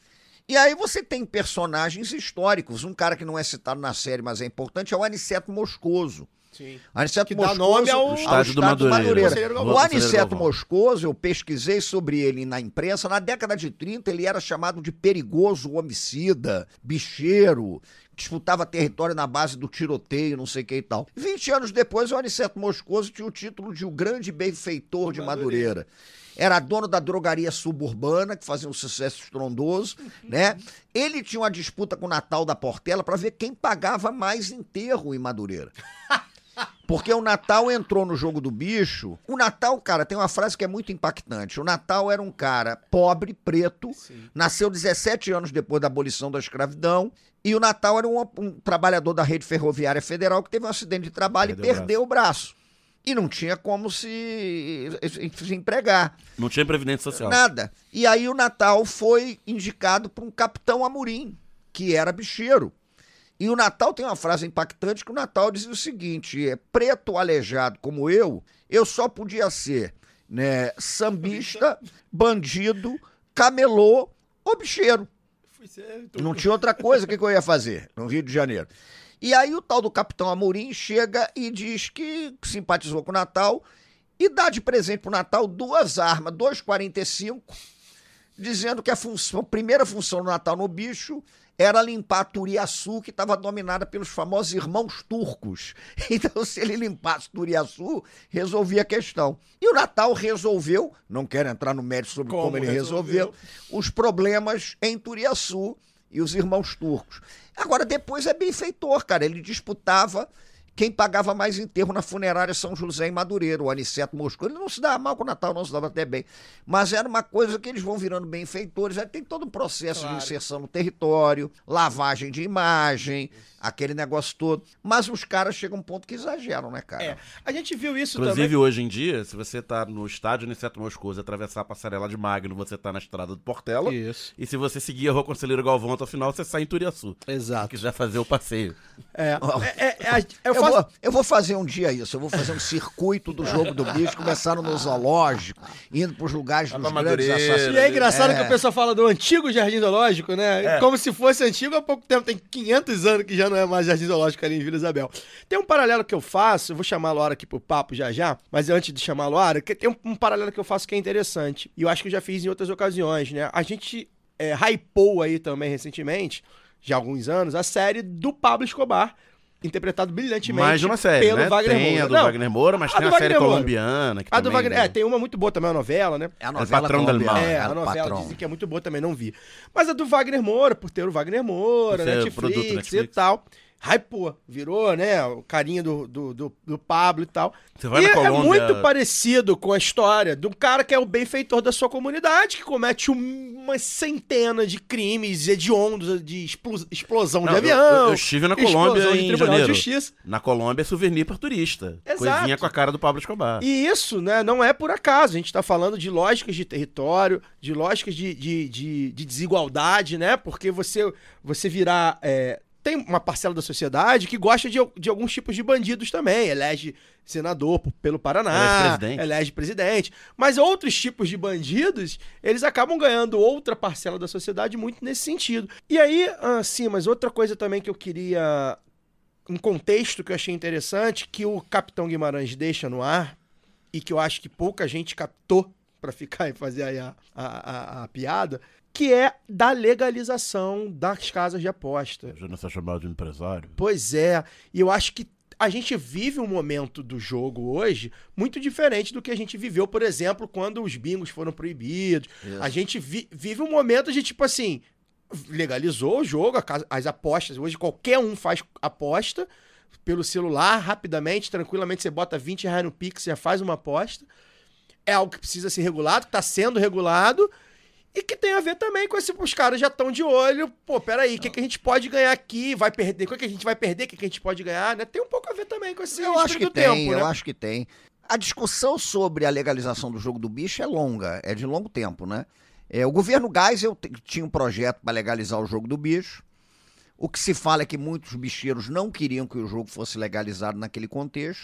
E aí você tem personagens históricos. Um cara que não é citado na série, mas é importante, é o Aniceto Moscoso. Sim. Aniceto Que dá Moscoso, nome ao- ao Estádio do Estádio Madureira. Conselheiro Galvão. O Conselheiro Aniceto Galvão. Moscoso, eu pesquisei sobre ele na imprensa. Na década de trinta, ele era chamado de perigoso homicida, bicheiro, disputava território na base do tiroteio, não sei o que e tal. vinte anos depois, o Aniceto Moscoso tinha o título de o grande benfeitor de Madureira. Era dono da drogaria suburbana, que fazia um sucesso estrondoso, né? Ele tinha uma disputa com o Natal da Portela para ver quem pagava mais enterro em Madureira. Porque o Natal entrou no jogo do bicho. O Natal, cara, tem uma frase que é muito impactante. O Natal era um cara pobre, preto, nasceu dezessete anos depois da abolição da escravidão. E o Natal era um, um trabalhador da rede ferroviária federal que teve um acidente de trabalho Perdeu e perdeu o braço. E não tinha como se, se empregar. Não tinha previdência social. Nada. E aí o Natal foi indicado por um capitão Amorim, que era bicheiro. E o Natal tem uma frase impactante que o Natal dizia o seguinte: é, preto aleijado como eu, eu só podia ser, né, sambista, bandido, camelô ou bicheiro. Não tinha outra coisa, o que, que eu ia fazer no Rio de Janeiro? E aí o tal do capitão Amorim chega e diz que simpatizou com o Natal e dá de presente pro Natal duas armas, dois quarenta e cinco, dizendo que a, função, a primeira função do Natal no bicho era limpar a Turiaçu, que estava dominada pelos famosos irmãos turcos. Então, se ele limpasse Turiaçu, resolvia a questão. E o Natal resolveu, não quero entrar no mérito sobre como, Como ele resolveu? resolveu, os problemas em Turiaçu e os irmãos turcos. Agora, depois é benfeitor, cara. Ele disputava quem pagava mais enterro na funerária São José em Madureira, o Aniceto Moscoso. Ele não se dava mal com o Natal, não se dava até bem. Mas era uma coisa que eles vão virando benfeitores. Aí tem todo um processo Claro. de inserção no território, lavagem de imagem, aquele negócio todo. Mas os caras chegam a um ponto que exageram, né, cara? É. A gente viu isso Inclusive, também. hoje em dia, se você tá no estádio Aniceto Moscoso e atravessar a passarela de Magno, você tá na estrada do Portela. Isso. E se você seguir a Rua Conselheiro Galvão até o final, você sai em Turiaçu. Se Exato. quiser fazer o passeio. É. É, é, é, eu Eu, faço... vou, eu vou fazer um dia isso, eu vou fazer um circuito do jogo do bicho, começando no zoológico, indo pros lugares Vai dos pra grandes Madureira. E assassinos. é engraçado É. que o pessoal fala do antigo Jardim Zoológico, né? É. Como se fosse antigo há pouco tempo. Tem quinhentos anos que já não é mais Jardim Zoológico ali em Vila Isabel. Tem um paralelo que eu faço, eu vou chamar a Laura aqui pro papo já já, mas antes de chamar a Laura, que tem um, um paralelo que eu faço que é interessante. E eu acho que eu já fiz em outras ocasiões, né? A gente é, hypou aí também recentemente, já há alguns anos, a série do Pablo Escobar, interpretado brilhantemente Mais de uma série, pelo né? Wagner tem Moura. a do Não, Wagner Moura, mas a tem do a série Wagner Moura. colombiana. Que A do também, Wagner, né? é, tem uma muito boa também, a novela, né? É a novela Patrão del colombiana, Mal. É, a o novela patrão. dizem que é muito boa também, não vi. Mas a do Wagner Moura, por ter o Wagner Moura, Por ser Netflix, produto e Netflix. tal. Hypou, virou, né, o carinha do, do, do, do Pablo e tal. Você vai E na é Colômbia- muito parecido com a história do cara que é o benfeitor da sua comunidade, que comete um- uma centena de crimes hediondos, de explo- explosão Não, de eu- avião. eu- eu estive na Colômbia explosão de em Tribunal janeiro. de Justiça. Na Colômbia é souvenir para turista. Exato. Coisinha com a cara do Pablo Escobar. E isso, né, não é por acaso. A gente tá falando de lógicas de território, de lógicas de, de, de, de desigualdade, né? Porque você, você virar. é, tem uma parcela da sociedade que gosta de, de alguns tipos de bandidos também. Elege senador p- pelo Paraná, Elege presidente. elege presidente. Mas outros tipos de bandidos, eles acabam ganhando outra parcela da sociedade muito nesse sentido. E aí, ah, sim, mas outra coisa também que eu queria. Um contexto que eu achei interessante, que o Capitão Guimarães deixa no ar, e que eu acho que pouca gente captou pra ficar e fazer aí a, a, a, a piada, que é da legalização das casas de aposta. Já não é chamado de empresário. Pois é, e eu acho que a gente vive um momento do jogo hoje muito diferente do que a gente viveu, por exemplo, quando os bingos foram proibidos. Isso. A gente vi- vive um momento de, tipo assim, legalizou o jogo, a casa- as apostas. Hoje qualquer um faz aposta pelo celular, rapidamente, tranquilamente, você bota vinte reais no Pix e já faz uma aposta. É algo que precisa ser regulado, que está sendo regulado, e que tem a ver também com esse... Os caras já estão de olho, pô, peraí, o que, que a gente pode ganhar aqui? Vai perder? O que, que a gente vai perder? O que, que a gente pode ganhar? Né? Tem um pouco a ver também com esse Eu acho que do tem, tempo, eu né? acho que tem. A discussão sobre a legalização do jogo do bicho é longa, é de longo tempo, né? É, o governo Geisel t- tinha um projeto para legalizar o jogo do bicho. O que se fala é que muitos bicheiros não queriam que o jogo fosse legalizado naquele contexto,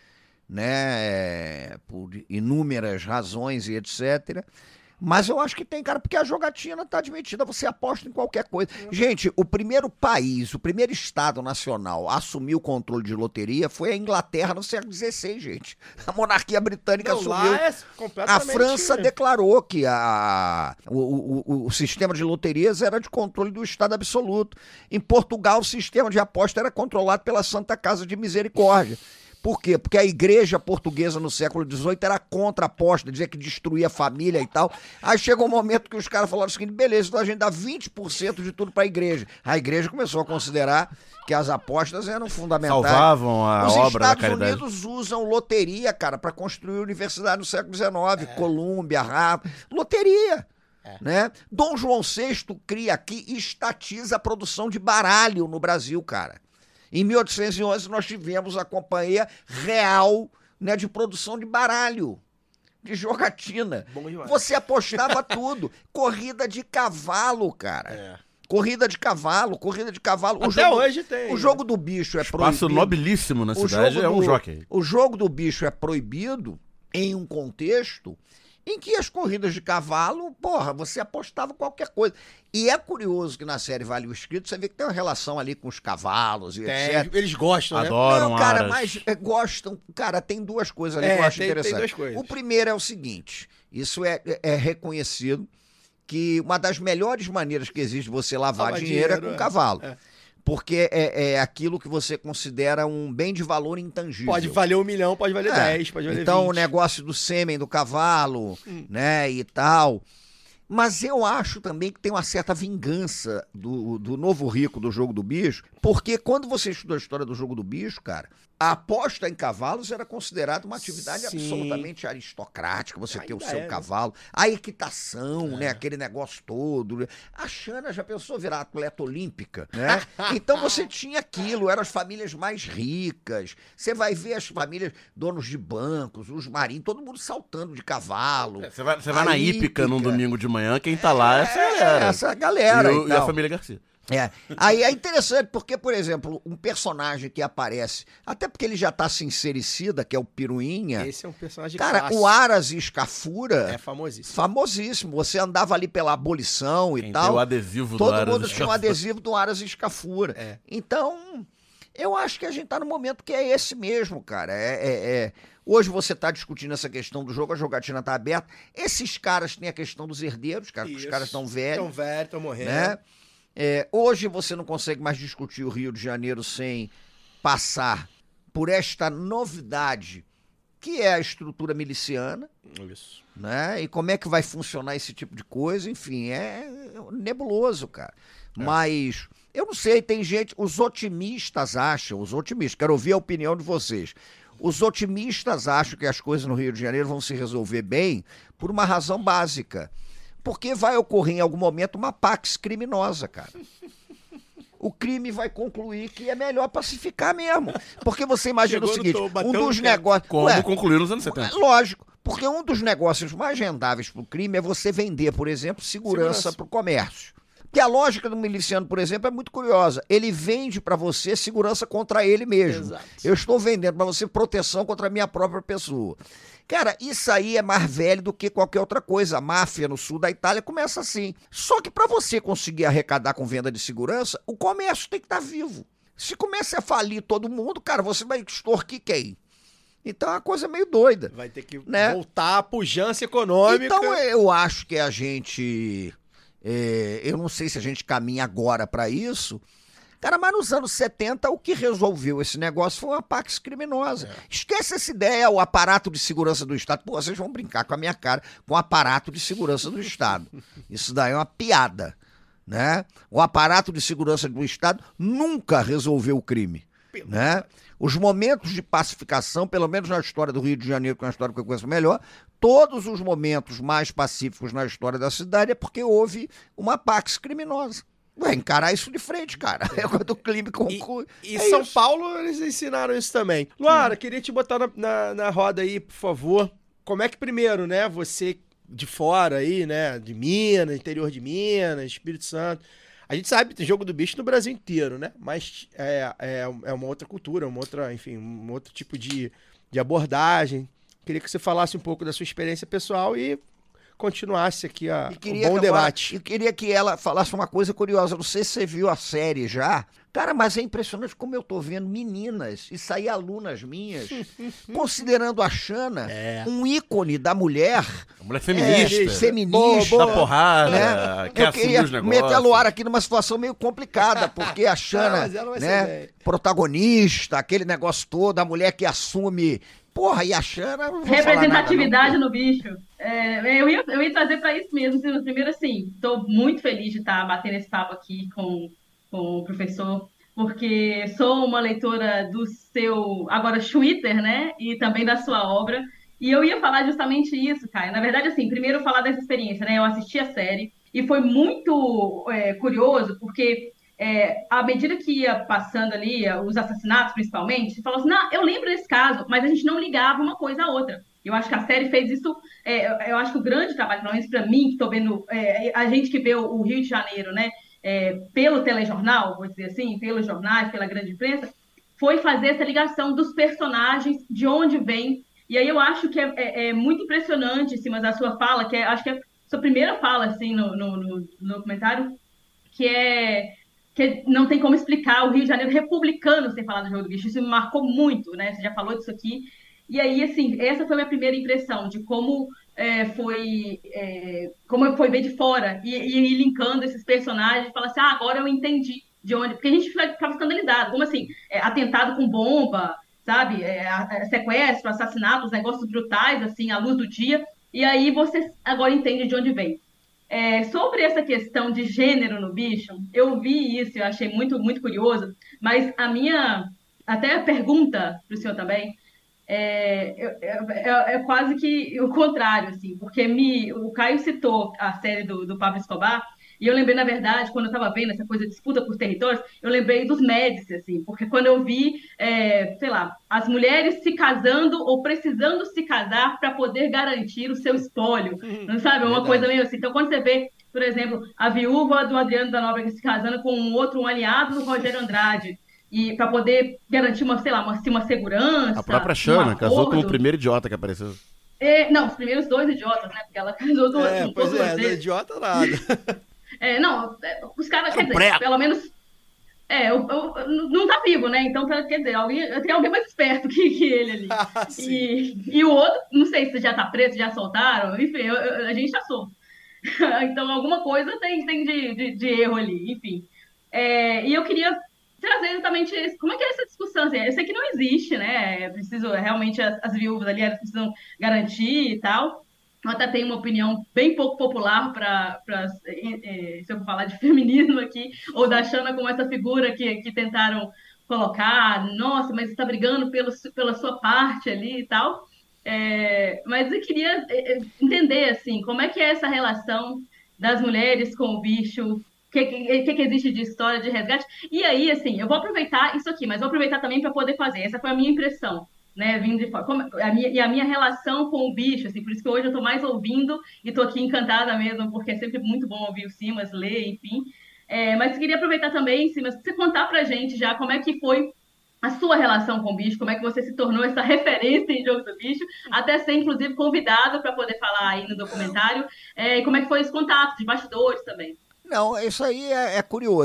né? É, por inúmeras razões e etcétera. Mas eu acho que tem, cara, porque a jogatina tá admitida, você aposta em qualquer coisa. Gente, o primeiro país, o primeiro estado nacional a assumir o controle de loteria foi a Inglaterra no século dezesseis, gente. A monarquia britânica Não, assumiu. lá é A completamente... França declarou que a, o, o, o, o sistema de loterias era de controle do Estado absoluto. Em Portugal, o sistema de aposta era controlado pela Santa Casa de Misericórdia. Por quê? Porque a igreja portuguesa no século dezoito era contra a aposta, dizia que destruía a família e tal. Aí chegou um momento que os caras falaram o seguinte, beleza, então a gente dá vinte por cento de tudo para a igreja. A igreja começou a considerar que as apostas eram fundamentais. Salvavam a Os obra da Estados caridade. Unidos usam loteria, cara, para construir universidade no século dezenove. Colômbia, Harvard, loteria. Né? Dom João sexto cria aqui e estatiza a produção de baralho no Brasil, cara. Em mil oitocentos e onze nós tivemos a Companhia Real, né, de produção de baralho, de jogatina. Bom demais. Você apostava tudo. Corrida de cavalo, cara. É. Corrida de cavalo, corrida de cavalo. O Até jogo, hoje tem. O jogo do bicho é Espaço proibido. nobilíssimo na O cidade jogo é um do- jockey. O jogo do bicho é proibido em um contexto em que as corridas de cavalo, porra, você apostava qualquer coisa. E é curioso que na série Vale o Escrito você vê que tem uma relação ali com os cavalos e Tem, etcétera. eles gostam, né? Adoram Não, cara, aras. mas é, gostam. Cara, tem duas coisas ali É, que eu acho tem- tem interessante. duas coisas. O primeiro é o seguinte: isso é, é reconhecido que uma das melhores maneiras que existe de você lavar Lavar dinheiro, dinheiro, é com é. cavalo. É. Porque é, é aquilo que você considera um bem de valor intangível. Pode valer um milhão, pode valer É. dez, pode valer Então, vinte. o negócio do sêmen do cavalo, né, e tal. Mas eu acho também que tem uma certa vingança do, do novo rico do Jogo do Bicho, porque quando você estuda a história do Jogo do Bicho, cara, a aposta em cavalos era considerada uma atividade Sim. absolutamente aristocrática, você ter o Ainda seu é, né? cavalo, a equitação, né, aquele negócio todo. né? A Xana já pensou virar atleta olímpica, né? Então você tinha aquilo, eram as famílias mais ricas. Você vai ver as famílias, donos de bancos, os marinhos, todo mundo saltando de cavalo. É, Você vai, você vai A na hípica num hípica. domingo de manhã, quem tá lá é essa É, galera. essa galera E, e o- e a tal. família Garcia. É. Aí é interessante porque, por exemplo, um personagem que aparece, até porque ele já tá sincericida, que é o Piruinha. Esse é um personagem Cara, clássico. o Aras e Escafura, É famosíssimo. famosíssimo. Você andava ali pela abolição e Quem tem tal. o adesivo do Todo Aras mundo tinha um Escafura. adesivo do Aras e Escafura. É. Então, eu acho que a gente tá no momento que é esse mesmo, cara. É, é- é- Hoje você tá discutindo essa questão do jogo, a jogatina tá aberta. Esses caras têm a questão dos herdeiros, cara, porque os Isso. caras estão velhos. Tão velho, tão morrendo. Né? É, hoje você não consegue mais discutir o Rio de Janeiro sem passar por esta novidade que é a estrutura miliciana, Isso. né? E como é que vai funcionar esse tipo de coisa, enfim, é nebuloso, cara. Mas eu não sei, tem gente, os otimistas acham, os otimistas, quero ouvir a opinião de vocês. Os otimistas acham que as coisas no Rio de Janeiro vão se resolver bem por uma razão básica. Porque vai ocorrer em algum momento uma pax criminosa, cara. O crime vai concluir que é melhor pacificar mesmo. Porque você imagina Chegou o no seguinte, topo, bateu um no dos teto. negócios... Como Ué, concluiu nos anos setenta. lógico, porque um dos negócios mais rendáveis para o crime é você vender, por exemplo, segurança Segurança. para o comércio. Porque a lógica do miliciano, por exemplo, é muito curiosa. Ele vende para você segurança contra ele mesmo. Exato. Eu estou vendendo para você proteção contra a minha própria pessoa. Cara, isso aí é mais velho do que qualquer outra coisa. A máfia no sul da Itália começa assim. Só que para você conseguir arrecadar com venda de segurança, o comércio tem que estar vivo. Se começa a falir todo mundo, cara, você vai extorquir quem? Então é uma coisa meio doida. Vai ter que Né? voltar à pujança econômica. Então eu acho que a gente É, eu não sei se a gente caminha agora para isso. Cara, mas nos anos setenta, o que resolveu esse negócio foi uma Pax criminosa. É. Esquece essa ideia, o aparato de segurança do Estado. Pô, vocês vão brincar com a minha cara com o aparato de segurança do Estado. Isso daí é uma piada, né? O aparato de segurança do Estado nunca resolveu o crime, né? Os momentos de pacificação, pelo menos na história do Rio de Janeiro, que é uma história que eu conheço melhor, todos os momentos mais pacíficos na história da cidade é porque houve uma Pax criminosa. Ué, encarar isso de frente, cara. É quando o crime conclui. E, e é São isso. Paulo, eles ensinaram isso também. Luara, queria te botar na, na, na roda aí, por favor. Como é que primeiro, né, você de fora aí, né, de Minas, interior de Minas, Espírito Santo, a gente sabe que tem jogo do bicho no Brasil inteiro, né, mas é, é, é uma outra cultura, uma outra, enfim, um outro tipo de, de abordagem. Queria que você falasse um pouco da sua experiência pessoal e continuasse aqui a, o bom debate. Eu queria que ela falasse uma coisa curiosa. Não sei se você viu a série já. Cara, mas é impressionante como eu tô vendo meninas e sair alunas minhas considerando a Xana É. um ícone da mulher. A mulher feminista. É, feminista. Dá porrada, né? quer Eu assumir queria os negócios. meter a Luara aqui numa situação meio complicada, porque a Xana, mas ela vai ser né, bem. protagonista, aquele negócio todo, a mulher que assume. Porra, e a Xana. Não vou falar Representatividade nada, não. no bicho. É, eu, ia, eu ia trazer para isso mesmo. Primeiro, assim, estou muito feliz de estar batendo esse papo aqui com, com o professor, porque sou uma leitora do seu, agora, Twitter, né? E também da sua obra. E eu ia falar justamente isso, Caio. Na verdade, assim, primeiro falar dessa experiência, né? Eu assisti a série e foi muito é, curioso, porque é, à medida que ia passando ali, os assassinatos principalmente, você falou assim, não, eu lembro desse caso, mas a gente não ligava uma coisa à outra. Eu acho que a série fez isso, é, eu acho que o grande trabalho, pelo menos para mim, que estou vendo, é, a gente que vê o Rio de Janeiro, né, é, pelo telejornal, vou dizer assim, pelos jornais, pela grande imprensa, foi fazer essa ligação dos personagens, de onde vem. E aí eu acho que é, é, é muito impressionante, assim, mas a sua fala, que é, acho que é a sua primeira fala, assim, no, no, no, no documentário, que é... que não tem como explicar o Rio de Janeiro republicano sem falar do Jogo do Bicho. Isso me marcou muito, né? Você já falou disso aqui. E aí, assim, essa foi a minha primeira impressão de como é, foi é, como foi ver de fora e, e ir linkando esses personagens e falar assim, ah, agora eu entendi de onde... Porque a gente ficava escandalizado. Como assim? É, atentado com bomba, sabe? É, é, sequestro, assassinato, os negócios brutais, assim, à luz do dia. E aí você agora entende de onde vem. É, sobre essa questão de gênero no bicho, eu vi isso, eu achei muito, muito curioso, mas a minha, até a pergunta para o senhor também, é, é, é, é quase que o contrário, assim, porque me, o Caio citou a série do, do Pablo Escobar, e eu lembrei, na verdade, quando eu estava vendo essa coisa de disputa por territórios, eu lembrei dos Médici, assim, porque quando eu vi, é, sei lá, as mulheres se casando ou precisando se casar para poder garantir o seu espólio, não sabe? Uma Verdade. coisa meio assim. Então, quando você vê, por exemplo, a viúva do Adriano da Nóbrega se casando com um outro, um aliado do Rogério Andrade, e para poder garantir uma, sei lá, uma, assim, uma segurança. A própria Xana um casou com o acordo. primeiro idiota que apareceu. É, não, os primeiros dois idiotas, né? Porque ela casou duas, É, com pois duas é, não é vezes. idiota nada. É, não, é, os caras, quer dizer, pré. pelo menos. É, eu, eu- não tá vivo, né? Então, quer dizer, alguém, tem alguém mais esperto que, que ele ali. Ah, sim. E, e o outro, não sei se já tá preso, já soltaram, enfim, eu- eu- a gente tá solto. Então, alguma coisa tem, tem de, de, de erro ali, enfim. É, e eu queria trazer exatamente esse, como é que é essa discussão? Assim, eu sei que não existe, né? É preciso, realmente, as, as viúvas ali, elas precisam garantir e tal. Eu até tenho uma opinião bem pouco popular para, se eu for falar de feminismo aqui, ou da Xana como essa figura que, que tentaram colocar, nossa, mas está brigando pelo, pela sua parte ali e tal. É, mas eu queria é, entender, assim, como é que é essa relação das mulheres com o bicho, o que, que, que existe de história de resgate. E aí, assim, eu vou aproveitar isso aqui, mas vou aproveitar também para poder fazer. Essa foi a minha impressão, né, vindo de fora. Como, a minha, e a minha relação com o bicho, assim, por isso que hoje eu estou mais ouvindo e estou aqui encantada mesmo, porque é sempre muito bom ouvir o Simas, ler, enfim. É, mas queria aproveitar também, Simas, você contar pra gente já como é que foi a sua relação com o bicho, como é que você se tornou essa referência em Jogo do Bicho, até ser, inclusive, convidado para poder falar aí no documentário, é, e como é que foi esse contato, de bastidores também. Não, isso aí é, é curioso.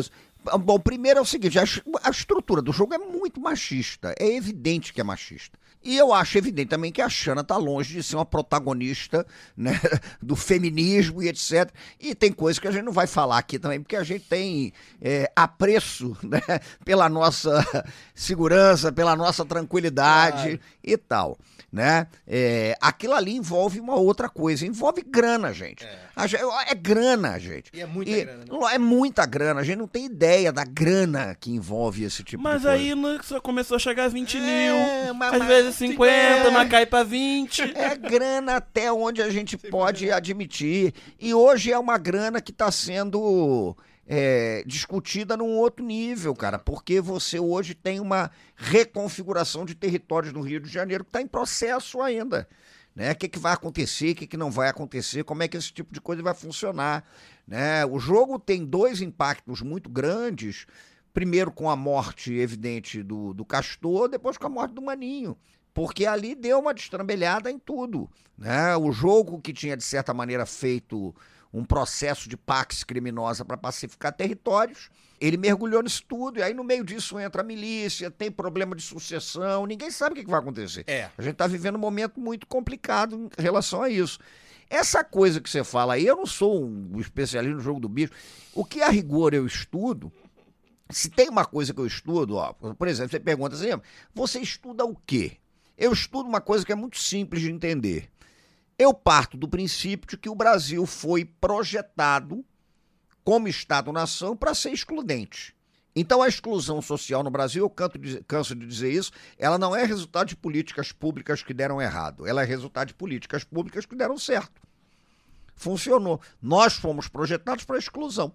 bom, primeiro é o seguinte, a, a estrutura do jogo é muito machista, é evidente que é machista. E eu acho evidente também que a Xana tá longe de ser uma protagonista, né, do feminismo e etcétera. E tem coisas que a gente não vai falar aqui também, porque a gente tem é, apreço, né, pela nossa segurança, pela nossa tranquilidade, claro, e tal. Né? É, aquilo ali envolve uma outra coisa, envolve grana, gente. É, a, é grana, gente. E é muita e, grana. Né? É muita grana, a gente não tem ideia da grana que envolve esse tipo mas de coisa. Mas aí só começou a chegar a vinte é, mil, mas, às mas, vezes cinquenta, é, mas cai pra vinte. É grana até onde a gente pode admitir. E hoje é uma grana que está sendo... É, discutida num outro nível, cara, porque você hoje tem uma reconfiguração de territórios no Rio de Janeiro que está em processo ainda, né? O que, que vai acontecer, o que, que não vai acontecer, como é que esse tipo de coisa vai funcionar, né? O jogo tem dois impactos muito grandes, primeiro com a morte evidente do, do Castor, depois com a morte do Maninho, porque ali deu uma destrambelhada em tudo, né? O jogo que tinha, de certa maneira, feito um processo de pax criminosa para pacificar territórios, ele mergulhou nisso tudo, e aí no meio disso entra a milícia, tem problema de sucessão, ninguém sabe o que, que vai acontecer. É. A gente está vivendo um momento muito complicado em relação a isso. Essa coisa que você fala aí, eu não sou um especialista no jogo do bicho, o que a rigor eu estudo, se tem uma coisa que eu estudo, ó, por exemplo, você pergunta assim, você estuda o quê? Eu estudo uma coisa que é muito simples de entender. Eu parto do princípio de que o Brasil foi projetado como Estado-nação para ser excludente. Então a exclusão social no Brasil, eu canto, canso de dizer isso, ela não é resultado de políticas públicas que deram errado, ela é resultado de políticas públicas que deram certo. Funcionou. Nós fomos projetados para a exclusão.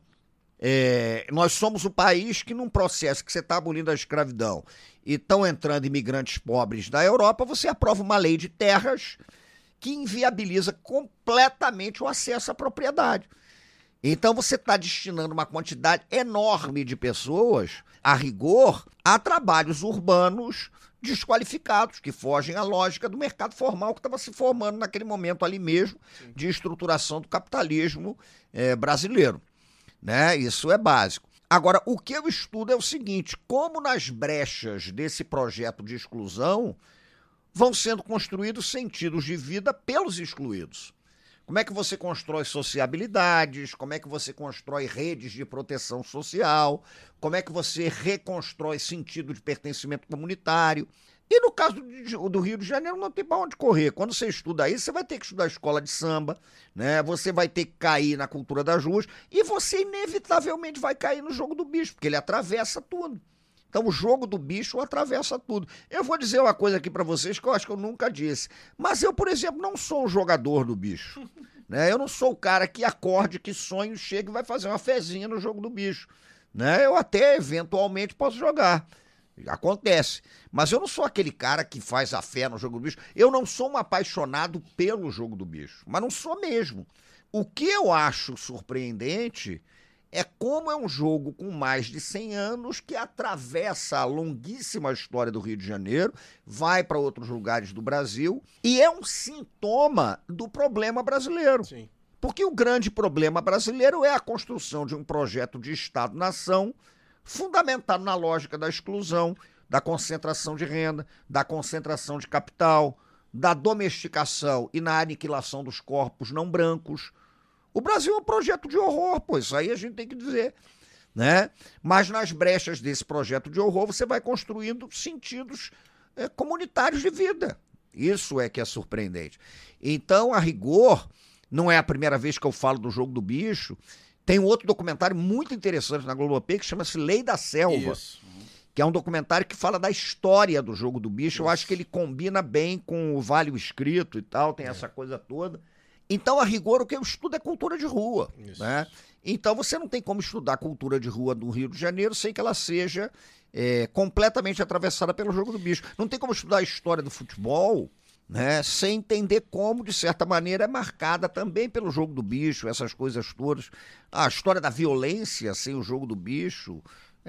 É, nós somos o país que, num processo que você está abolindo a escravidão e estão entrando imigrantes pobres da Europa, você aprova uma lei de terras que inviabiliza completamente o acesso à propriedade. Então você está destinando uma quantidade enorme de pessoas, a rigor, a trabalhos urbanos desqualificados, que fogem à lógica do mercado formal que estava se formando naquele momento ali mesmo, sim, de estruturação do capitalismo é, brasileiro. Né? Isso é básico. Agora, o que eu estudo é o seguinte, como nas brechas desse projeto de exclusão vão sendo construídos sentidos de vida pelos excluídos. Como é que você constrói sociabilidades, como é que você constrói redes de proteção social, como é que você reconstrói sentido de pertencimento comunitário. E no caso do, do Rio de Janeiro não tem para onde correr. Quando você estuda isso, você vai ter que estudar escola de samba, né? Você vai ter que cair na cultura das ruas e você inevitavelmente vai cair no jogo do bicho, porque ele atravessa tudo. Então o jogo do bicho atravessa tudo. Eu vou dizer uma coisa aqui para vocês que eu acho que eu nunca disse. Mas eu, por exemplo, não sou um jogador do bicho. Né? Eu não sou o cara que acorde, que sonho, chega e vai fazer uma fezinha no jogo do bicho. Né? Eu até, eventualmente, posso jogar. Acontece. Mas eu não sou aquele cara que faz a fé no jogo do bicho. Eu não sou um apaixonado pelo jogo do bicho. Mas não sou mesmo. O que eu acho surpreendente é como é um jogo com mais de cem anos que atravessa a longuíssima história do Rio de Janeiro, vai para outros lugares do Brasil e é um sintoma do problema brasileiro. Sim. Porque o grande problema brasileiro é a construção de um projeto de Estado-nação fundamentado na lógica da exclusão, da concentração de renda, da concentração de capital, da domesticação e na aniquilação dos corpos não brancos. O Brasil é um projeto de horror, pô, isso aí a gente tem que dizer, né? Mas nas brechas desse projeto de horror você vai construindo sentidos é, comunitários de vida. Isso é que é surpreendente. Então, a rigor, não é a primeira vez que eu falo do jogo do bicho. Tem um outro documentário muito interessante na Globoplay que chama-se Lei da Selva. Isso. Que é um documentário que fala da história do jogo do bicho. Isso. Eu acho que ele combina bem com o Vale o Escrito e tal, tem é. essa coisa toda. Então, a rigor, o que eu estudo é cultura de rua. Né? Então, você não tem como estudar cultura de rua do Rio de Janeiro sem que ela seja é, completamente atravessada pelo jogo do bicho. Não tem como estudar a história do futebol, né, sem entender como, de certa maneira, é marcada também pelo jogo do bicho, essas coisas todas. A história da violência sem o jogo do bicho...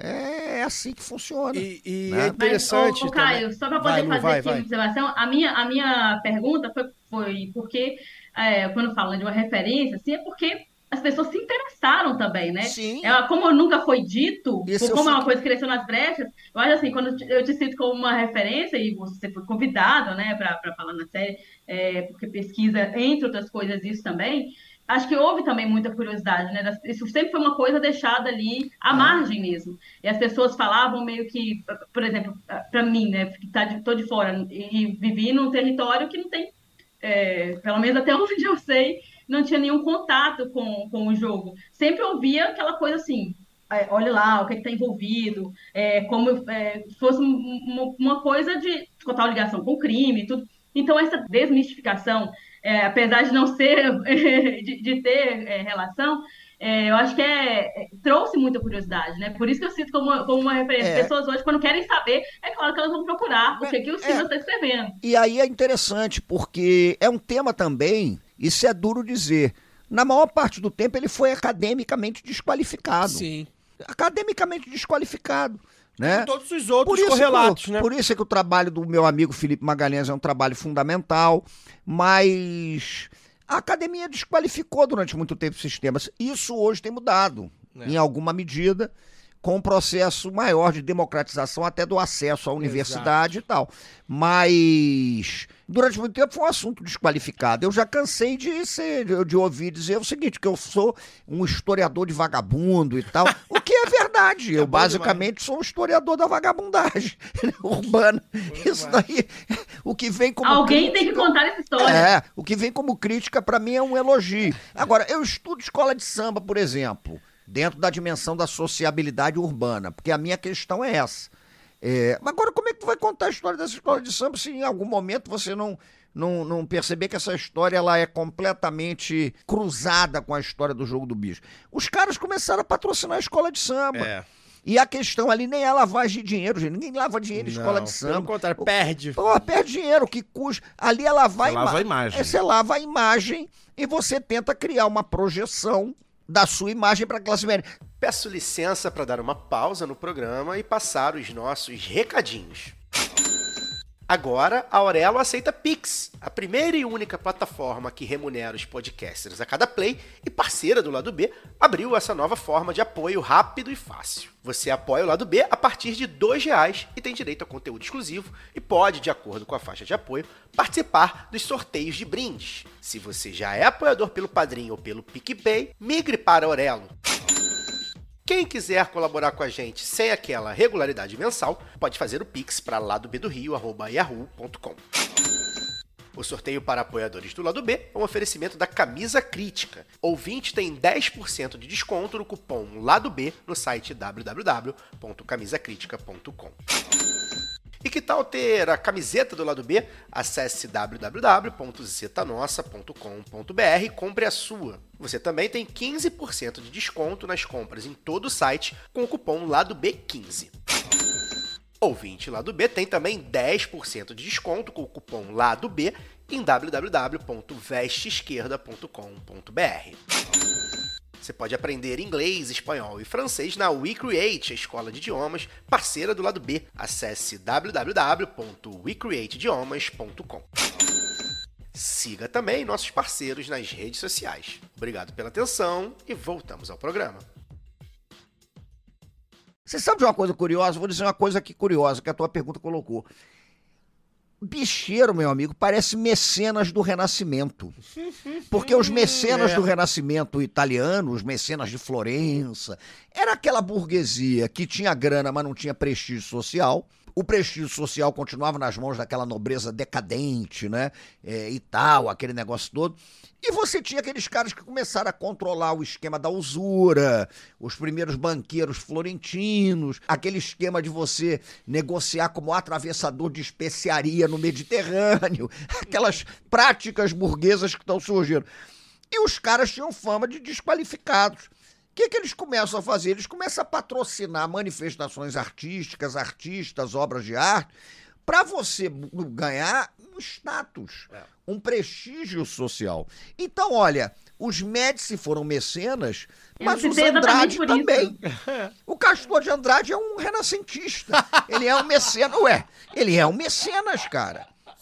É assim que funciona. E, e né? é interessante. Mas, ô, ô, Caio, só para poder vai, fazer vai, aqui vai. uma observação, a minha, a minha pergunta foi, foi porque, é, quando fala de uma referência, assim, é porque as pessoas se interessaram também, né? Sim. É, como nunca foi dito, Isso como eu é uma fico- coisa que cresceu nas brechas, eu acho assim, quando eu te cito como uma referência, e você foi convidado, né, para falar na série, é, porque pesquisa, entre outras coisas, isso também, acho que houve também muita curiosidade, né? das- Isso sempre foi uma coisa deixada ali à margem mesmo. E as pessoas falavam meio que, por exemplo, para mim, né, que tá de, tô de fora e vivi num território que não tem, é, pelo menos até onde eu sei, não tinha nenhum contato com, com o jogo. Sempre ouvia aquela coisa assim, é, olha lá, o que está envolvido, é, como é, fosse um- uma, uma coisa de total ligação com o crime e tudo. Então, essa desmistificação, é, apesar de não ser, de, de ter é, relação, é, eu acho que é, é, trouxe muita curiosidade, né? Por isso que eu cito como, uma- como uma referência. É. Pessoas hoje, quando querem saber, é claro que elas vão procurar o que, que o É. Simas está escrevendo. E aí é interessante, porque é um tema também, isso é duro dizer, na maior parte do tempo ele foi academicamente desqualificado. Sim. Academicamente desqualificado. Né? Todos os outros Por isso, correlatos, que, né? por isso é que o trabalho do meu amigo Felipe Magalhães é um trabalho fundamental, mas a academia desqualificou durante muito tempo sistemas. Isso hoje tem mudado, É. em alguma medida, com um processo maior de democratização até do acesso à universidade Exato. e tal. Mas durante muito tempo foi um assunto desqualificado. Eu já cansei de, ser, de, de ouvir dizer o seguinte, que eu sou um historiador de vagabundo e tal, o que é verdade. Eu bom basicamente sou um historiador da vagabundagem urbana. Isso daí, o que vem como Alguém crítica- tem que contar essa história. é, o que vem como crítica pra mim é um elogio. Agora, eu estudo escola de samba, por exemplo, dentro da dimensão da sociabilidade urbana, porque a minha questão é essa. É, mas agora, como é que tu vai contar a história dessa escola de samba se em algum momento você não, não, não perceber que essa história ela é completamente cruzada com a história do Jogo do Bicho? Os caras começaram a patrocinar a escola de samba. É. E a questão ali nem é lavagem de dinheiro, gente. Ninguém lava dinheiro em escola Não, de pelo samba. contrário, perde. Pô, perde dinheiro, que custa. Ali é lavar Você ima- lava a imagem. É, você lava a imagem e você tenta criar uma projeção da sua imagem para a classe média. Peço licença para dar uma pausa no programa e passar os nossos recadinhos. Agora, a Aurelo aceita Pix, a primeira e única plataforma que remunera os podcasters a cada play e parceira do Lado B, abriu essa nova forma de apoio rápido e fácil. Você apoia o Lado B a partir de dois reais e tem direito a conteúdo exclusivo e pode, de acordo com a faixa de apoio, participar dos sorteios de brindes. Se você já é apoiador pelo Padrim ou pelo PicPay, migre para a Aurelo. Quem quiser colaborar com a gente sem aquela regularidade mensal, pode fazer o Pix para ladobdorio arroba yahoo ponto com. O sorteio para apoiadores do Lado B é um oferecimento da Camisa Crítica. Ouvinte tem dez por cento de desconto no cupom Lado B no site w w w ponto camisa crítica ponto com. E que tal ter a camiseta do Lado B? Acesse w w w ponto zetanossa ponto com ponto b r e compre a sua. Você também tem quinze por cento de desconto nas compras em todo o site com o cupom Lado B quinze. Ouvinte Lado B tem também dez por cento de desconto com o cupom Lado B em w w w ponto veste esquerda ponto com ponto b r. Você pode aprender inglês, espanhol e francês na WeCreate, a escola de idiomas parceira do Lado B. Acesse w w w ponto we create idiomas ponto com. Siga também nossos parceiros nas redes sociais. Obrigado pela atenção e voltamos ao programa. Você sabe de uma coisa curiosa? Vou dizer uma coisa aqui curiosa, que a tua pergunta colocou. Bicheiro, meu amigo, parece mecenas do Renascimento. Porque os mecenas É. do Renascimento italiano, os mecenas de Florença, era aquela burguesia que tinha grana, mas não tinha prestígio social. O prestígio social continuava nas mãos daquela nobreza decadente, né? É, e tal, aquele negócio todo. E você tinha aqueles caras que começaram a controlar o esquema da usura, os primeiros banqueiros florentinos, aquele esquema de você negociar como atravessador de especiaria no Mediterrâneo, aquelas práticas burguesas que estão surgindo. E os caras tinham fama de desqualificados. O que, que eles começam a fazer? Eles começam a patrocinar manifestações artísticas, artistas, obras de arte, para você ganhar um status, um prestígio social. Então, olha, os Médici foram mecenas, Eu mas os citei Andrade exatamente por isso. também. O Castor de Andrade é um renascentista. Ele é um mecenas. Ué, ele é um mecenas, cara.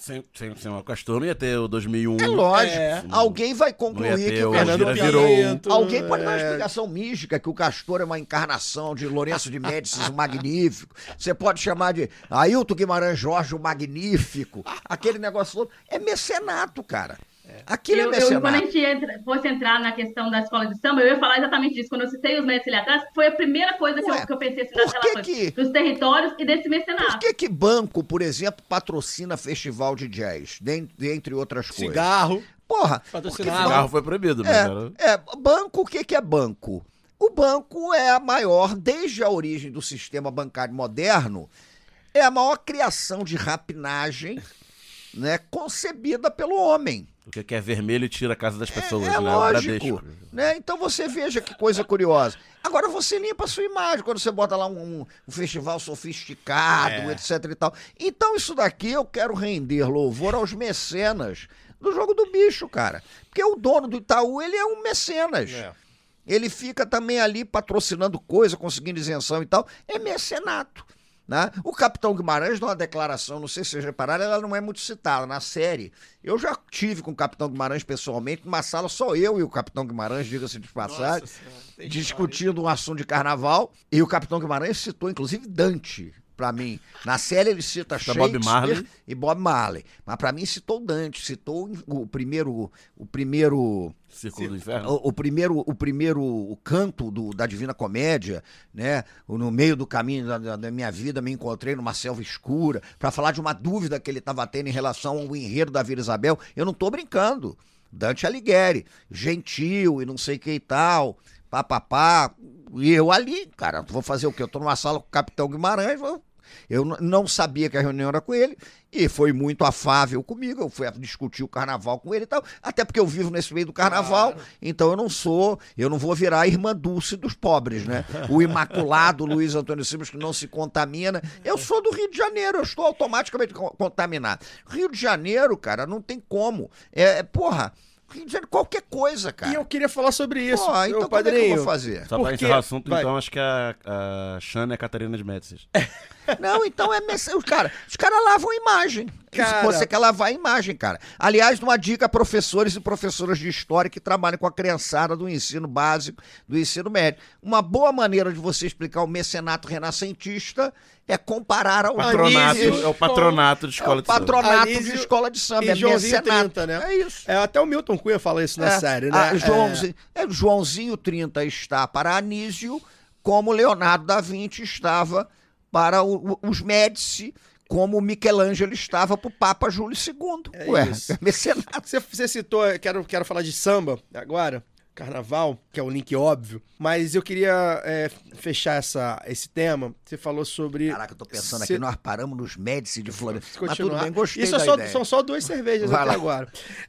Sem, sem, sem o Castor não ia ter o dois mil e um. É lógico. É. Alguém vai Não ia concluir ter que o o Castor Gira virou. Pinto, Alguém pode dar uma é. explicação mística que o Castor é uma encarnação de Lourenço de Médicis, o Magnífico. Você pode chamar de Ailton Guimarães Jorge, o Magnífico. Aquele negócio todo. É mecenato, cara. Aquilo Eu, é eu, mecenato. quando a gente entra, fosse entrar na questão da escola de samba, eu ia falar exatamente disso. Quando eu citei os médicos ali atrás, foi a primeira coisa que, Ué, eu, que eu pensei assim, das por que relações que- dos territórios e desse Por mecenato. que que banco, por exemplo, patrocina festival de jazz, dentre, entre outras coisas? Cigarro. Porra, Patrocinado. porque Cigarro foi proibido, mas era... É, é, banco, o que, que é banco? O banco é a maior, desde a origem do sistema bancário moderno, é a maior criação de rapinagem, né, concebida pelo homem. Porque que é vermelho e tira a casa das pessoas, É, né? é O lógico, Bradesco. né? Então você veja que coisa curiosa. Agora você limpa a sua imagem quando você bota lá um, um- um festival sofisticado, É. etc e tal. Então isso daqui eu quero render louvor aos mecenas do Jogo do Bicho, cara. Porque o dono do Itaú, ele é um mecenas. É. Ele fica também ali patrocinando coisa, conseguindo isenção e tal. É mecenato. Né? O Capitão Guimarães, numa declaração, não sei se vocês repararam, ela não é muito citada na série. Eu já tive com o Capitão Guimarães pessoalmente, numa sala, só eu e o Capitão Guimarães, diga-se de passagem, Nossa Senhora, tem discutindo um assunto de carnaval. E o Capitão Guimarães citou, inclusive, Dante. Pra mim, na série ele cita Cita Shakespeare Bob Marley. e Bob Marley. Mas pra mim citou Dante, citou o primeiro, o primeiro Círculo do Inferno. o, o primeiro, o primeiro o canto do- da Divina Comédia, né? O- No meio do caminho da, da- da minha vida, me encontrei numa selva escura, para falar de uma dúvida que ele estava tendo em relação ao enredo da Vila Isabel. Eu não tô brincando. Dante Alighieri, gentil e não sei o que e tal, papapá. E eu ali, cara, vou fazer o quê? Eu tô numa sala com o Capitão Guimarães, vou- eu n- não sabia que a reunião era com ele e foi muito afável comigo. Eu fui a discutir o carnaval com ele e tal, até porque eu vivo nesse meio do carnaval, então eu não sou, eu não vou virar a irmã Dulce dos pobres, né? O imaculado Luiz Antônio Simas que não se contamina. Eu sou do Rio de Janeiro, eu estou automaticamente co- contaminado. Rio de Janeiro, cara, não tem como. É, é, porra, Rio de Janeiro, qualquer coisa, cara. E eu queria falar sobre isso. Pô, então meu como é que eu padrinho. vou fazer? Só Por pra quê? encerrar o assunto, Vai. então, acho que a, a Xana é a Catarina de Médicis. Não, então é. messe- Os caras os cara lavam a imagem. Cara. Você quer lavar a imagem, cara. Aliás, uma dica a professores e professoras de história que trabalham com a criançada do ensino básico, do ensino médio. Uma boa maneira de você explicar o mecenato renascentista é comparar ao Patronato, Anísio é o patronato de É escola o de samba. patronato de Anísio escola de samba. e É Joãozinho mecenato. trinta, né? É isso. É, até o Milton Cunha fala isso na É. série, né? Ah, É. Joãozinho, é, Joãozinho trinta está para Anísio, como Leonardo da Vinci estava para o- o- os Médici, como Michelangelo estava para o Papa Júlio segundo. É Ué, isso. é mecenato. Você, você citou, quero, quero falar de samba agora, carnaval, que é o link óbvio, mas eu queria é, fechar essa, esse tema. Você falou sobre. Caraca, eu tô pensando se- aqui, nós paramos nos Médici de Florença. se Mas continuar. tudo bem, gostei Isso é da só- ideia. são só duas cervejas Vai até lá. agora.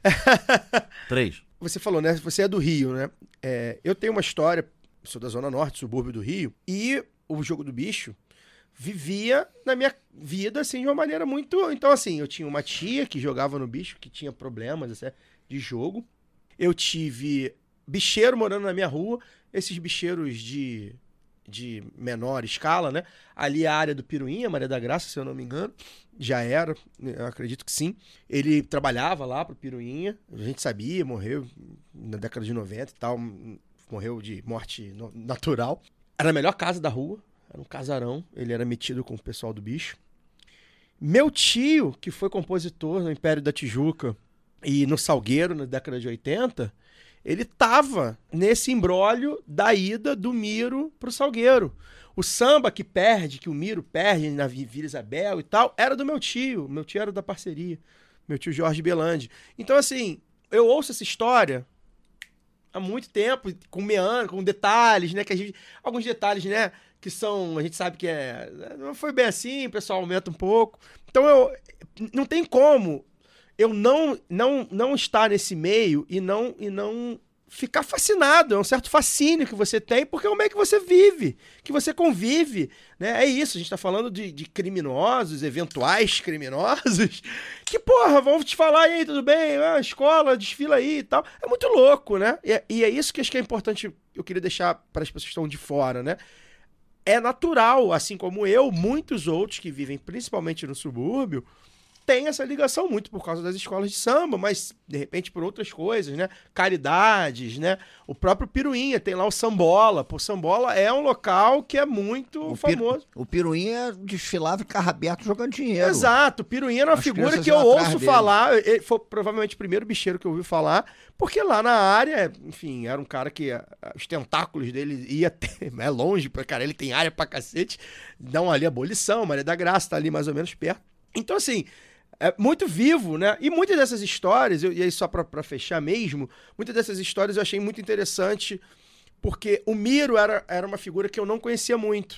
Três. Você falou, né? Você é do Rio, né? É, eu tenho uma história, sou da Zona Norte, subúrbio do Rio, e o Jogo do Bicho vivia na minha vida, assim, de uma maneira muito... Então, assim, eu tinha uma tia que jogava no bicho, que tinha problemas assim, de jogo. Eu tive bicheiro morando na minha rua, esses bicheiros de, de menor escala, né? Ali a área do Piruinha, Maria da Graça, se eu não me engano, já era, eu acredito que sim. Ele trabalhava lá pro Piruinha, a gente sabia, morreu na década de noventa e tal, morreu de morte no- natural. Era a melhor casa da rua, era um casarão, ele era metido com o pessoal do bicho. Meu tio, que foi compositor no Império da Tijuca e no Salgueiro, na década de oitenta, ele tava nesse imbróglio da ida do Miro pro Salgueiro. O samba que perde, que o Miro perde na Vi- Vila Isabel e tal, era do meu tio. Meu tio era da parceria. Meu tio Jorge Belandi. Então, assim, eu ouço essa história há muito tempo, com meandro, com detalhes, né? Que a gente, alguns detalhes, né? Que são, a gente sabe que é, não foi bem assim, o pessoal aumenta um pouco. Então, eu, não tem como eu não, não, não estar nesse meio e não, e não ficar fascinado. É um certo fascínio que você tem, porque é o meio que você vive, que você convive, né? É isso, a gente tá falando de, de criminosos, eventuais criminosos, que, porra, vão te falar, e aí, tudo bem? Ah, escola, desfila aí e tal. É muito louco, né? E, é- e é isso que acho que é importante, eu queria deixar para as pessoas que estão de fora, né? É natural, assim como eu, muitos outros que vivem principalmente no subúrbio, tem essa ligação muito por causa das escolas de samba, mas de repente por outras coisas, né? Caridades, né? O próprio Piruinha, tem lá o Sambola. Pô, Sambola é um local que é muito O, famoso. Pir, o Piruinha desfilava em carro aberto jogando dinheiro. Exato, o Piruinha era uma As figura crianças que eu iam atrás ouço dele. falar, ele foi provavelmente o primeiro bicheiro que eu ouvi falar, porque lá na área, enfim, era um cara que ah, os tentáculos dele ia ter, é longe pra cara, ele tem área pra cacete, dão ali a Abolição, Maria da Graça tá ali mais ou menos perto. Então assim, é muito vivo, né? E muitas dessas histórias, eu, e aí só pra, pra fechar mesmo, muitas dessas histórias eu achei muito interessante, porque o Miro era, era uma figura que eu não conhecia muito.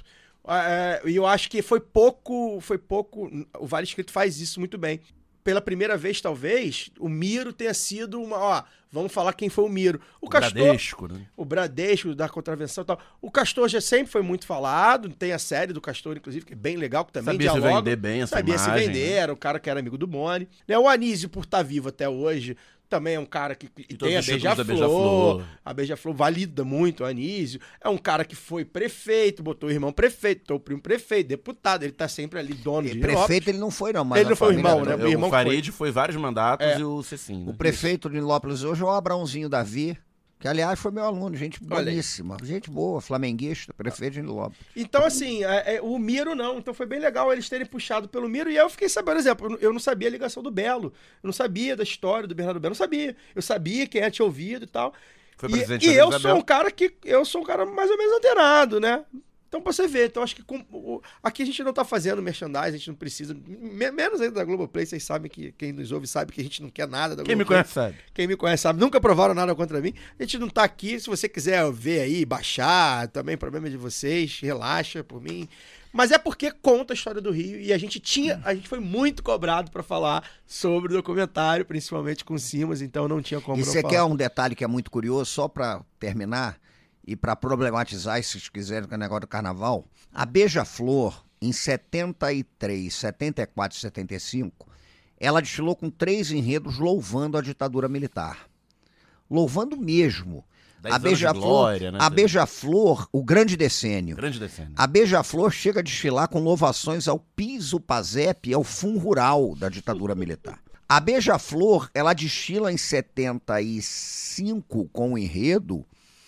E eu acho que foi pouco, foi pouco. O Vale Escrito faz isso muito bem. Pela primeira vez, talvez, o Miro tenha sido uma. Ó, vamos falar quem foi o Miro. O, O Castor. Bradesco, né? O Bradesco, da contravenção e tal. O Castor já sempre foi muito falado. Tem a série do Castor, inclusive, que é bem legal, que também Sabia se dialoga. vender bem essa Sabia imagem, se vender, né? era o cara que era amigo do Boni. Né, o Anísio, por estar vivo até hoje, também é um cara que, que todos tem a os títulos da Beija-Flor. Beija-Flor. A Beija-Flor valida muito o Anísio. É um cara que foi prefeito, botou o irmão prefeito, botou o primo prefeito, deputado. Ele tá sempre ali, dono E de prefeito ele não foi, não. Mas Ele a não foi o família irmão, dele- né? Meu irmão O Farid foi vários mandatos É. e o Cecim. O né? prefeito de Nilópolis hoje é o Abrãozinho Davi, que aliás foi meu aluno, gente Olha aí. boníssima, gente boa, flamenguista, prefeito de Nilópolis. Então, assim, é- é, o Miro não. Então foi bem legal eles terem puxado pelo Miro. E eu fiquei sabendo, por exemplo, eu não- eu não sabia a ligação do Belo. Eu não sabia da história do Bernardo Belo. Eu não sabia. Eu sabia quem tinha ouvido e tal. Foi E, presidente e da eu Isabel. sou um cara que. Eu sou um cara mais ou menos antenado, né? Então, pra você ver. Então, acho que com- o- aqui a gente não tá fazendo merchandising, a gente não precisa. me- menos ainda da Globoplay, vocês sabem que quem nos ouve sabe que a gente não quer nada da Quem me Globoplay. conhece sabe. Quem me conhece sabe, nunca provaram nada contra mim. A gente não tá aqui, se você quiser ver aí, baixar, também problema de vocês, relaxa por mim. Mas é porque conta a história do Rio e a gente tinha, a gente foi muito cobrado pra falar sobre o documentário, principalmente com o Simas, então não tinha como E não você falar. quer um detalhe que é muito curioso, só para terminar e para problematizar, se vocês quiserem, com o negócio do carnaval. A Beija-Flor, em setenta e três, setenta e quatro e setenta e cinco, ela desfilou com três enredos louvando a ditadura militar. Louvando mesmo. Dez A anos de Beija-Flor, glória, né? a Beija-Flor, o grande decênio. Grande decênio. A Beija-Flor chega a desfilar com louvações ao piso Pasep e ao fundo rural da ditadura militar. A Beija-Flor, ela desfila em setenta e cinco com o enredo,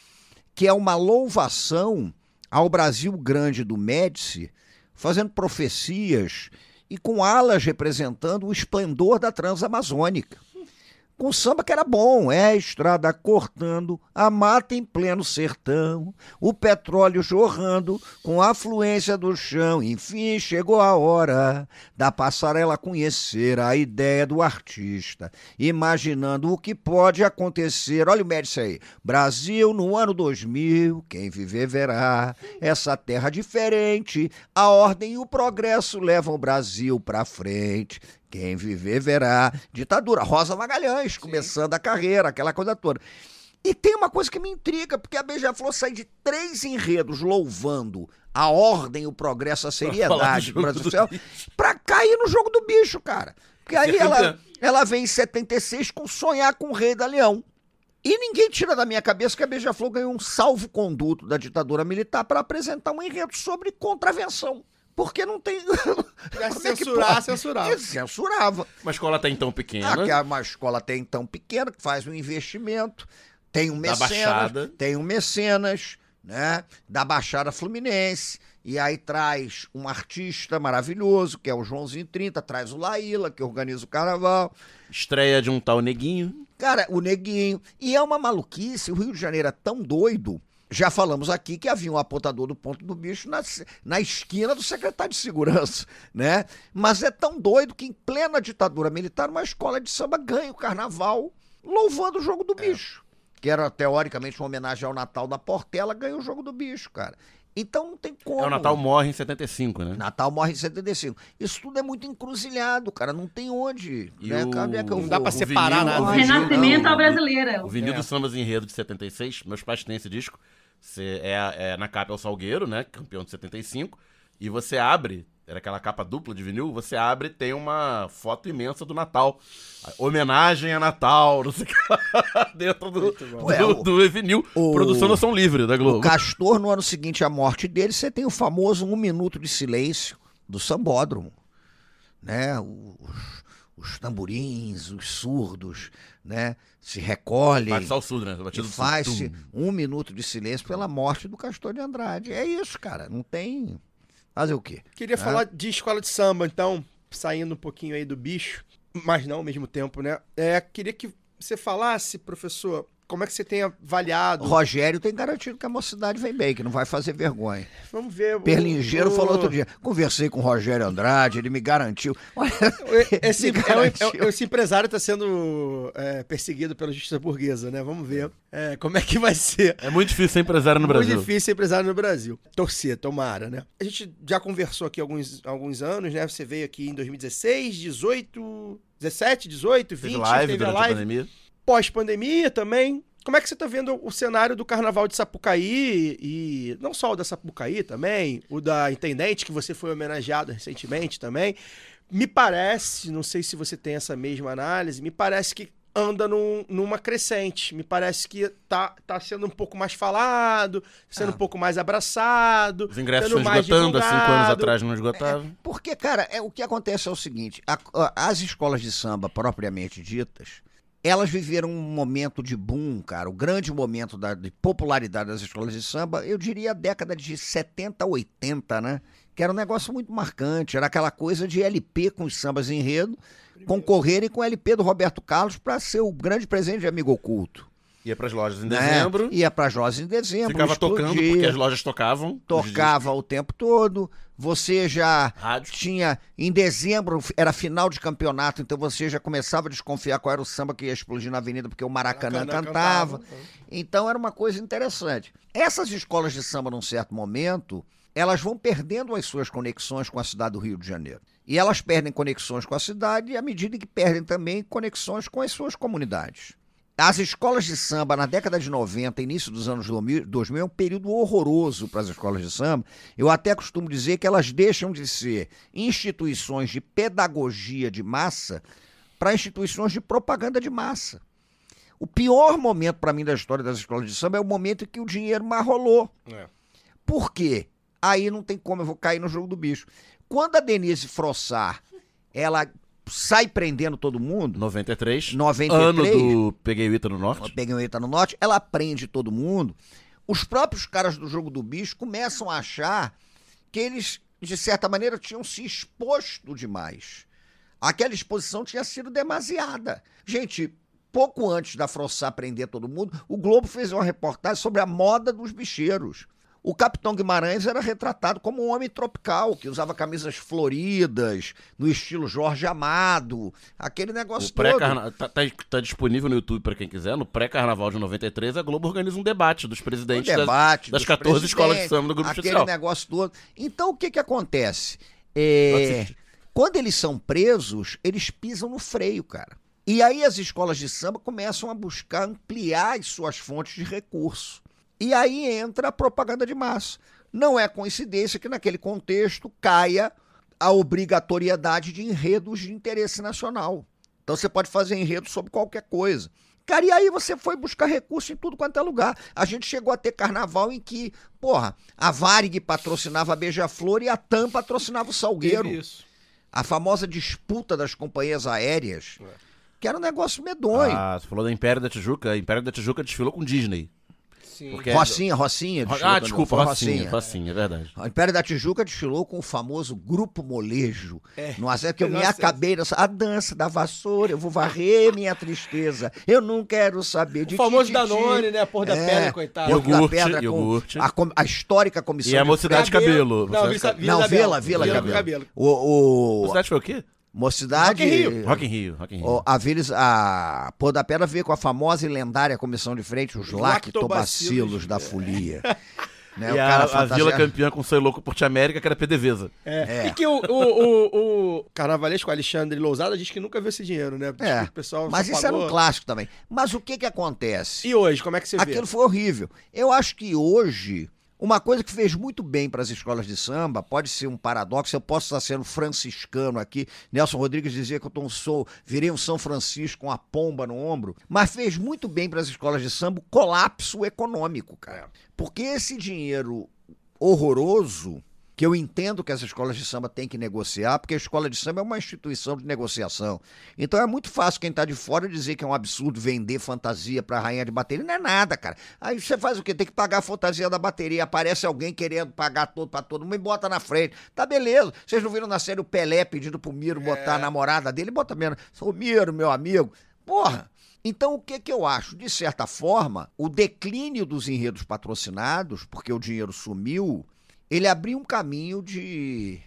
que é uma louvação ao Brasil Grande do Médici, fazendo profecias e com alas representando o esplendor da Transamazônica. Com samba que era bom, é a estrada cortando, a mata em pleno sertão, o petróleo jorrando com a afluência do chão. Enfim, chegou a hora da passarela conhecer a ideia do artista, imaginando o que pode acontecer. Olha o Médici aí. Brasil no ano dois mil, quem viver verá essa terra diferente. A ordem e o progresso levam o Brasil pra frente. Quem viver verá. Ditadura. Rosa Magalhães, começando a carreira, aquela coisa toda. E tem uma coisa que me intriga, porque a Beija-Flor sai de três enredos louvando a ordem, o progresso, a seriedade do Brasil Social, pra cair no jogo do bicho, cara. Porque aí ela, ela vem em setenta e seis com Sonhar com o Rei da Leão. E ninguém tira da minha cabeça que a Beija-Flor ganhou um salvo-conduto da ditadura militar para apresentar um enredo sobre contravenção. Porque não tem... Já Como é que censurar, pode? censurava. Ele censurava. Uma escola até então pequena. Ah, que é uma escola até então pequena, que faz um investimento, tem um Da mecenas, Baixada. tem um mecenas, né, da Baixada Fluminense, e aí traz um artista maravilhoso, que é o Joãozinho trinta, traz o Laíla, que organiza o carnaval, Estreia de um tal Neguinho. cara, o Neguinho, e é uma maluquice, o Rio de Janeiro é tão doido. Já falamos aqui que havia um apontador do ponto do bicho na, na esquina do secretário de segurança, né? Mas é tão doido que em plena ditadura militar, uma escola de samba ganha o carnaval louvando o jogo do bicho. Que era teoricamente uma homenagem ao Natal da Portela, ganha o jogo do bicho, cara. Então não tem como. É, o Natal morre em setenta e cinco, né? Natal morre em setenta e cinco. Isso tudo é muito encruzilhado, cara. Não tem onde. E Né? o- Cadê é que eu Não dá vou? pra O separar vinil- nada. o O vinil- Renascimento não, à o vi- brasileira. O vinil É. dos Sambas Enredo de setenta e seis, meus pais têm esse disco. Você é, é na capa é o Salgueiro, né? Campeão de setenta e cinco. E você abre, era aquela capa dupla de vinil, você abre e tem uma foto imensa do Natal. Homenagem a Natal, não sei o que lá, dentro do, do, Ué, o- do vinil. o- Produção Noção Livre da O Globo. Castor, no ano seguinte à morte dele, você tem o famoso Um Minuto de Silêncio do Sambódromo. né? Os, os tamborins, os surdos, né? Se recolhem. Faz só o surdo, né? E Batido faz-se tum. um minuto de silêncio pela morte do Castor de Andrade. É isso, cara. Não tem... Fazer o quê? Queria né? falar de escola de samba, então, saindo um pouquinho aí do bicho, mas não ao mesmo tempo, né? É, queria que você falasse, professor, como é que você tem avaliado... O Rogério tem garantido que a mocidade vem bem, que não vai fazer vergonha. Vamos ver... o- Perlingeiro o- falou outro dia, conversei com o Rogério Andrade, ele me garantiu. Olha, Esse, me é um- garantiu. é um- esse empresário está sendo é, perseguido pela justiça burguesa, né? Vamos ver é, como é que vai ser. É muito difícil ser empresário no Muito Brasil. difícil ser empresário no Brasil. Torcer, tomara, né? A gente já conversou aqui há alguns, alguns anos, né? Você veio aqui em dois mil e dezesseis, dezoito, dezessete, dezoito, Fez vinte, live teve a durante a live. pandemia. Pós-pandemia também. Como é que você tá vendo o cenário do Carnaval de Sapucaí e não só o da Sapucaí também, o da Intendente, que você foi homenageado recentemente também. Me parece, não sei se você tem essa mesma análise, me parece que anda num- numa crescente. Me parece que tá, tá sendo um pouco mais falado, sendo Ah. um pouco mais abraçado. Os ingressos sendo estão mais esgotando, há cinco anos divulgado. atrás não esgotavam. Porque, cara, é, o que acontece é o seguinte: a- a- as escolas de samba propriamente ditas, elas viveram um momento de boom, cara, o grande momento da, de popularidade das escolas de samba, eu diria a década de setenta, oitenta, né? Que era um negócio muito marcante, era aquela coisa de L P com os sambas em enredo, concorrerem com o L P do Roberto Carlos para ser o grande presente de amigo oculto. Ia pras lojas em né? dezembro, Ia para as lojas em dezembro, ficava tocando, explodia. porque as lojas tocavam. Tocava o tempo todo, você já Rádio. tinha, em dezembro era final de campeonato, então você já começava a desconfiar qual era o samba que ia explodir na avenida, porque o Maracanã, Maracanã cantava. cantava. Então era uma coisa interessante. Essas escolas de samba, num certo momento, elas vão perdendo as suas conexões com a cidade do Rio de Janeiro. E elas perdem conexões com a cidade à medida que perdem também conexões com as suas comunidades. As escolas de samba, na década de noventa, início dos anos dois mil, é um período horroroso para as escolas de samba. Eu até costumo dizer que elas deixam de ser instituições de pedagogia de massa para instituições de propaganda de massa. O pior momento para mim da história das escolas de samba é o momento em que o dinheiro mais rolou. É. Por quê? Aí não tem como, eu vou cair no jogo do bicho. Quando a Denise Frossard, ela sai prendendo todo mundo, noventa e três. noventa e Ano três, do Peguei o Ita no Norte. Peguei o Eita no Norte, ela prende todo mundo. Os próprios caras do jogo do bicho começam a achar que eles, de certa maneira, tinham se exposto demais. Aquela exposição tinha sido demasiada. Gente, pouco antes da Frossard prender todo mundo, o Globo fez uma reportagem sobre a moda dos bicheiros. O Capitão Guimarães era retratado como um homem tropical, que usava camisas floridas, no estilo Jorge Amado, aquele negócio O todo. pré-carna... tá, tá, tá disponível no YouTube pra quem quiser. No pré-carnaval de noventa e três, a Globo organiza um debate dos O presidentes debate das, das dos quatorze escolas de presidentes, samba do Grupo aquele Especial. negócio todo. Então, o que que acontece? É, Assiste. quando eles são presos, eles pisam no freio, cara. E aí as escolas de samba começam a buscar ampliar as suas fontes de recurso. E aí entra a propaganda de massa. Não é coincidência que naquele contexto caia a obrigatoriedade de enredos de interesse nacional. Então você pode fazer enredo sobre qualquer coisa. Cara, e aí você foi buscar recurso em tudo quanto é lugar. A gente chegou a ter carnaval em que, porra, a Varig patrocinava a Beija-Flor e a TAM patrocinava o Salgueiro. Teve isso. A famosa disputa das companhias aéreas, que era um negócio medonho. Ah, você falou da Império da Tijuca. A Império da Tijuca desfilou com Disney. Sim. Porque- Rocinha, Rocinha. Ah, desfilou desculpa, foi Rocinha. Rocinha, é verdade. O Império da Tijuca desfilou com o famoso Grupo Molejo. É. Não é que eu me Nossa. acabei dessa. A dança da vassoura, eu vou varrer minha tristeza. Eu não quero saber de O famoso tititi. Danone, né? Porra da É, pedra, coitado. Porto da Iogurte, Pedra com iogurte. A, com- a histórica comissão. E a de- Mocidade de Cabelo. Não, Mocidade Vila, Não, da Vila, Bela. Vila, Vila Cabelo. Cabelo. O, o, Mocidade foi o quê? Mocidade. Rock in Rio. Rock in Rio, Rock in Rio. O- a Vila, a Pôr da Pedra veio com a famosa e lendária comissão de frente, os lactobacilos Lactobacilos. da folia. Né, o E cara a, a fantasia- Vila campeã com Sei Louco Porte América, que era PDVSA. É. É. E que o, o, o, o carnavalesco Alexandre Lousada diz que nunca viu esse dinheiro, né? Diz É, que o pessoal mas só isso era um pagou. clássico também. Mas o que que acontece? E hoje, como é que você vê? Aquilo foi horrível. Eu acho que hoje, uma coisa que fez muito bem para as escolas de samba, pode ser um paradoxo, eu posso estar sendo franciscano aqui, Nelson Rodrigues dizia que eu tô um sou, virei um São Francisco com a pomba no ombro, mas fez muito bem para as escolas de samba o colapso econômico, cara. Porque esse dinheiro horroroso, que eu entendo que as escolas de samba têm que negociar, porque a escola de samba é uma instituição de negociação. Então é muito fácil quem está de fora dizer que é um absurdo vender fantasia para a rainha de bateria. Não é nada, cara. Aí você faz o quê? Tem que pagar a fantasia da bateria. Aparece alguém querendo pagar todo para todo mundo e bota na frente. Tá beleza. Vocês não viram na série o Pelé pedindo pro Miro botar é. a namorada dele? Bota mesmo. Ô Miro, meu amigo. Porra. Então, o que que eu acho? De certa forma, o declínio dos enredos patrocinados, porque o dinheiro sumiu, ele abriu um caminho de,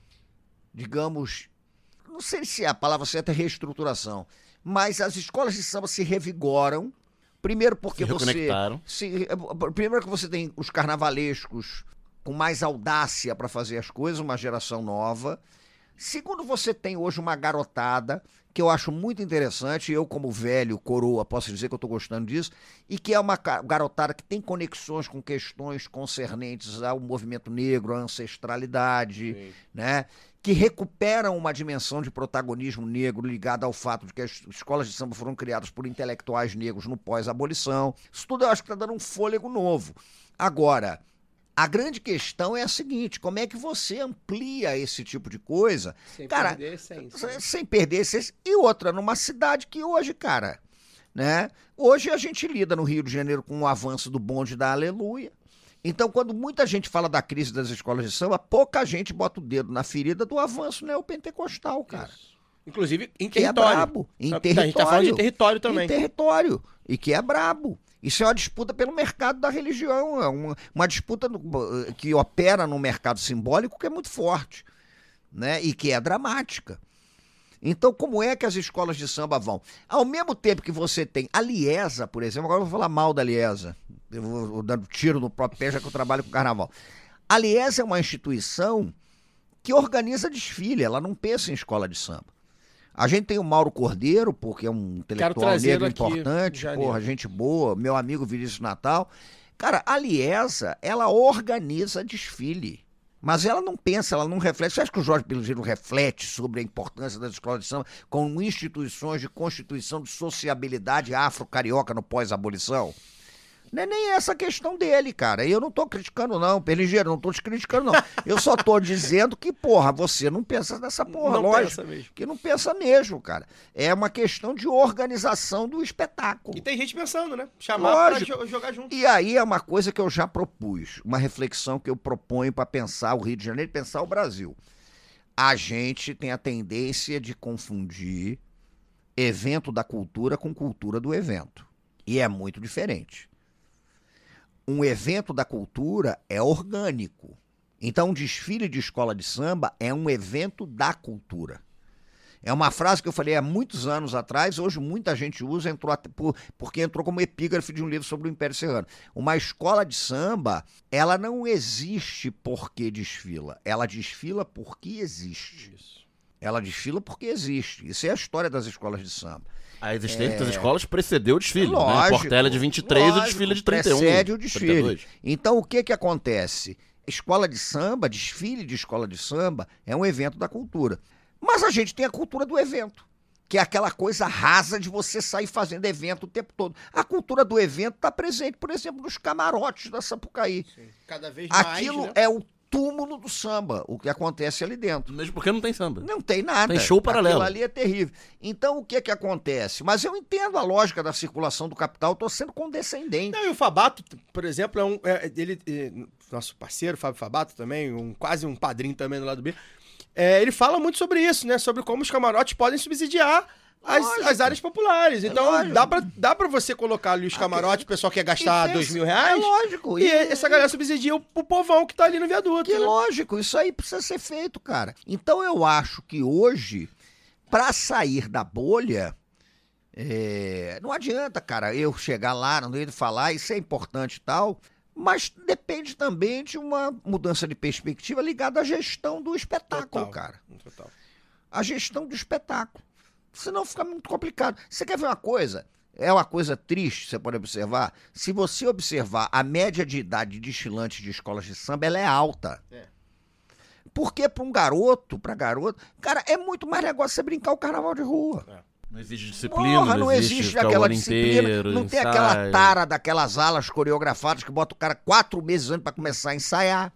digamos, não sei se a palavra certa é reestruturação, mas as escolas de samba se revigoram, primeiro porque se você... Se, primeiro que você tem os carnavalescos com mais audácia para fazer as coisas, uma geração nova. Segundo, você tem hoje uma garotada que eu acho muito interessante, eu como velho, coroa, posso dizer que eu estou gostando disso, e que é uma garotada que tem conexões com questões concernentes ao movimento negro, à ancestralidade, Sim. né? Que recuperam uma dimensão de protagonismo negro ligada ao fato de que as escolas de samba foram criadas por intelectuais negros no pós-abolição. Isso tudo eu acho que está dando um fôlego novo. Agora, a grande questão é a seguinte, como é que você amplia esse tipo de coisa? Sem cara, perder a essência. Sem perder a essência. E outra, numa cidade que hoje, cara, né? Hoje a gente lida no Rio de Janeiro com o avanço do bonde da Aleluia. Então, quando muita gente fala da crise das escolas de samba, pouca gente bota o dedo na ferida do avanço neopentecostal, cara. Isso. Inclusive em que território. É brabo. Em a, território. A gente tá falando de território também. Em território. E que é brabo. Isso é uma disputa pelo mercado da religião, é uma, uma disputa no, que opera no mercado simbólico que é muito forte, né? E que é dramática. Então, como é que as escolas de samba vão? Ao mesmo tempo que você tem a Liesa, por exemplo, agora eu vou falar mal da Liesa, eu vou, vou dando tiro no próprio pé, já que eu trabalho com carnaval. A Liesa é uma instituição que organiza desfile, ela não pensa em escola de samba. A gente tem o Mauro Cordeiro, porque é um intelectual negro importante, porra, gente boa, meu amigo Vinícius Natal. Cara, a Liesa, ela organiza desfile, mas ela não pensa, ela não reflete. Você acha que o Jorge Pilugeiro reflete sobre a importância das escolas de samba como instituições de constituição de sociabilidade afro-carioca no pós-abolição? Não é nem essa a questão dele, cara. Eu não tô criticando, não, Pilugeiro, não tô te criticando, não. Eu só tô dizendo que, porra, você não pensa nessa porra, não lógico. Pensa mesmo. Que não pensa mesmo, cara. É uma questão de organização do espetáculo. E tem gente pensando, né? Chamar lógico. Pra jogar junto. E aí é uma coisa que eu já propus, uma reflexão que eu proponho para pensar o Rio de Janeiro e pensar o Brasil. A gente tem a tendência de confundir evento da cultura com cultura do evento. E é muito diferente. Um evento da cultura é orgânico. Então, um desfile de escola de samba é um evento da cultura. É uma frase que eu falei há muitos anos atrás, hoje muita gente usa, entrou por, porque entrou como epígrafe de um livro sobre o Império Serrano. Uma escola de samba, ela não existe porque desfila, ela desfila porque existe. Isso. Ela desfila porque existe. Isso é a história das escolas de samba. A existência é... das escolas precedeu o desfile. Lógico, né? Portela de vinte e três, lógico, o desfile de trinta e um. Precede o desfile. trinta e dois. Então, o que que acontece? Escola de samba, desfile de escola de samba, é um evento da cultura. Mas a gente tem a cultura do evento, que é aquela coisa rasa de você sair fazendo evento o tempo todo. A cultura do evento está presente, por exemplo, nos camarotes da Sapucaí. Sim. Cada vez mais, Aquilo né? é o túmulo do samba, o que acontece ali dentro. Mesmo porque não tem samba. Não tem nada. Tem show paralelo. Aquilo ali é terrível. Então, o que que acontece? Mas eu entendo a lógica da circulação do capital, estou sendo condescendente. Não, e o Fabato, por exemplo, é um. É, ele, é, nosso parceiro, Fábio Fabato, também, um, quase um padrinho também do lado B. É, ele fala muito sobre isso, né? Sobre como os camarotes podem subsidiar as, as áreas populares. Então, É dá, pra, dá pra você colocar ali os camarotes, o pessoal quer gastar E dois pensa- mil reais. É lógico. E essa galera subsidia o, o povão que tá ali no viaduto. Que né? lógico, isso aí precisa ser feito, cara. Então eu acho que hoje, pra sair da bolha, é, não adianta, cara, eu chegar lá, não ia falar, isso é importante e tal, mas depende também de uma mudança de perspectiva ligada à gestão do espetáculo, Total, cara. Total. A gestão do espetáculo. Senão fica muito complicado. Você quer ver uma coisa? É uma coisa triste, você pode observar. Se você observar a média de idade de desfilantes de escolas de samba, ela é alta. É. Porque para um garoto, para garoto, cara, é muito mais negócio você brincar o carnaval de rua. É. Não existe disciplina, Porra, não existe, ficar o aquela ano disciplina, inteiro, não tem ensaio. aquela tara daquelas alas coreografadas que bota o cara quatro meses antes para começar a ensaiar.